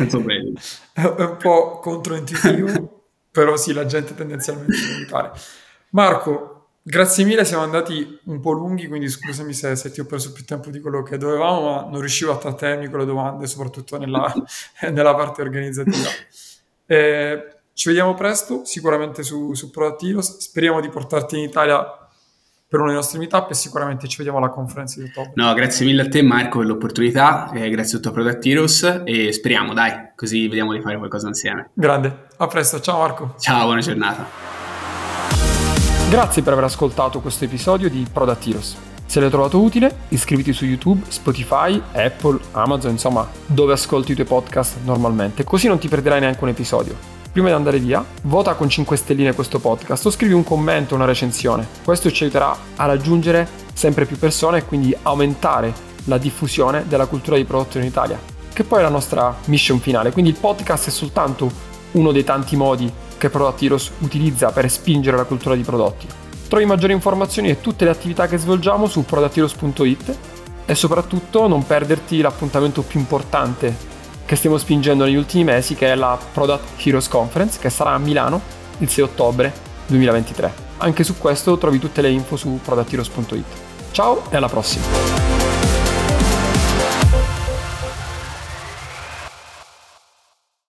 Speaker 2: è un po' controintuitivo, però sì, la gente tendenzialmente vuole aiutare. Marco, grazie mille, siamo andati un po' lunghi, quindi scusami se, se ti ho preso più tempo di quello che dovevamo, ma non riuscivo a trattenermi con le domande, soprattutto nella, nella parte organizzativa. Eh, ci vediamo presto, sicuramente su, su Product Heroes. Speriamo di portarti in Italia per uno dei nostri meetup e sicuramente ci vediamo alla conferenza di ottobre.
Speaker 1: No, grazie mille a te Marco per l'opportunità, eh, grazie a tutto a Product Heroes e speriamo, dai, così vediamo di fare qualcosa insieme.
Speaker 2: Grande, a presto, ciao Marco.
Speaker 1: Ciao, buona giornata.
Speaker 2: Grazie per aver ascoltato questo episodio di Product Heroes. Se l'hai trovato utile, iscriviti su YouTube, Spotify, Apple, Amazon, insomma, dove ascolti i tuoi podcast normalmente, così non ti perderai neanche un episodio. Prima di andare via, vota con cinque stelline questo podcast o scrivi un commento o una recensione. Questo ci aiuterà a raggiungere sempre più persone e quindi aumentare la diffusione della cultura di prodotto in Italia, che poi è la nostra mission finale. Quindi il podcast è soltanto uno dei tanti modi che Product Heroes utilizza per spingere la cultura di prodotti. Trovi maggiori informazioni e tutte le attività che svolgiamo su product heroes punto it e soprattutto non perderti l'appuntamento più importante che stiamo spingendo negli ultimi mesi, che è la Product Heroes Conference, che sarà a Milano il sei ottobre duemilaventitré. Anche su questo trovi tutte le info su product heroes punto it. Ciao e alla prossima!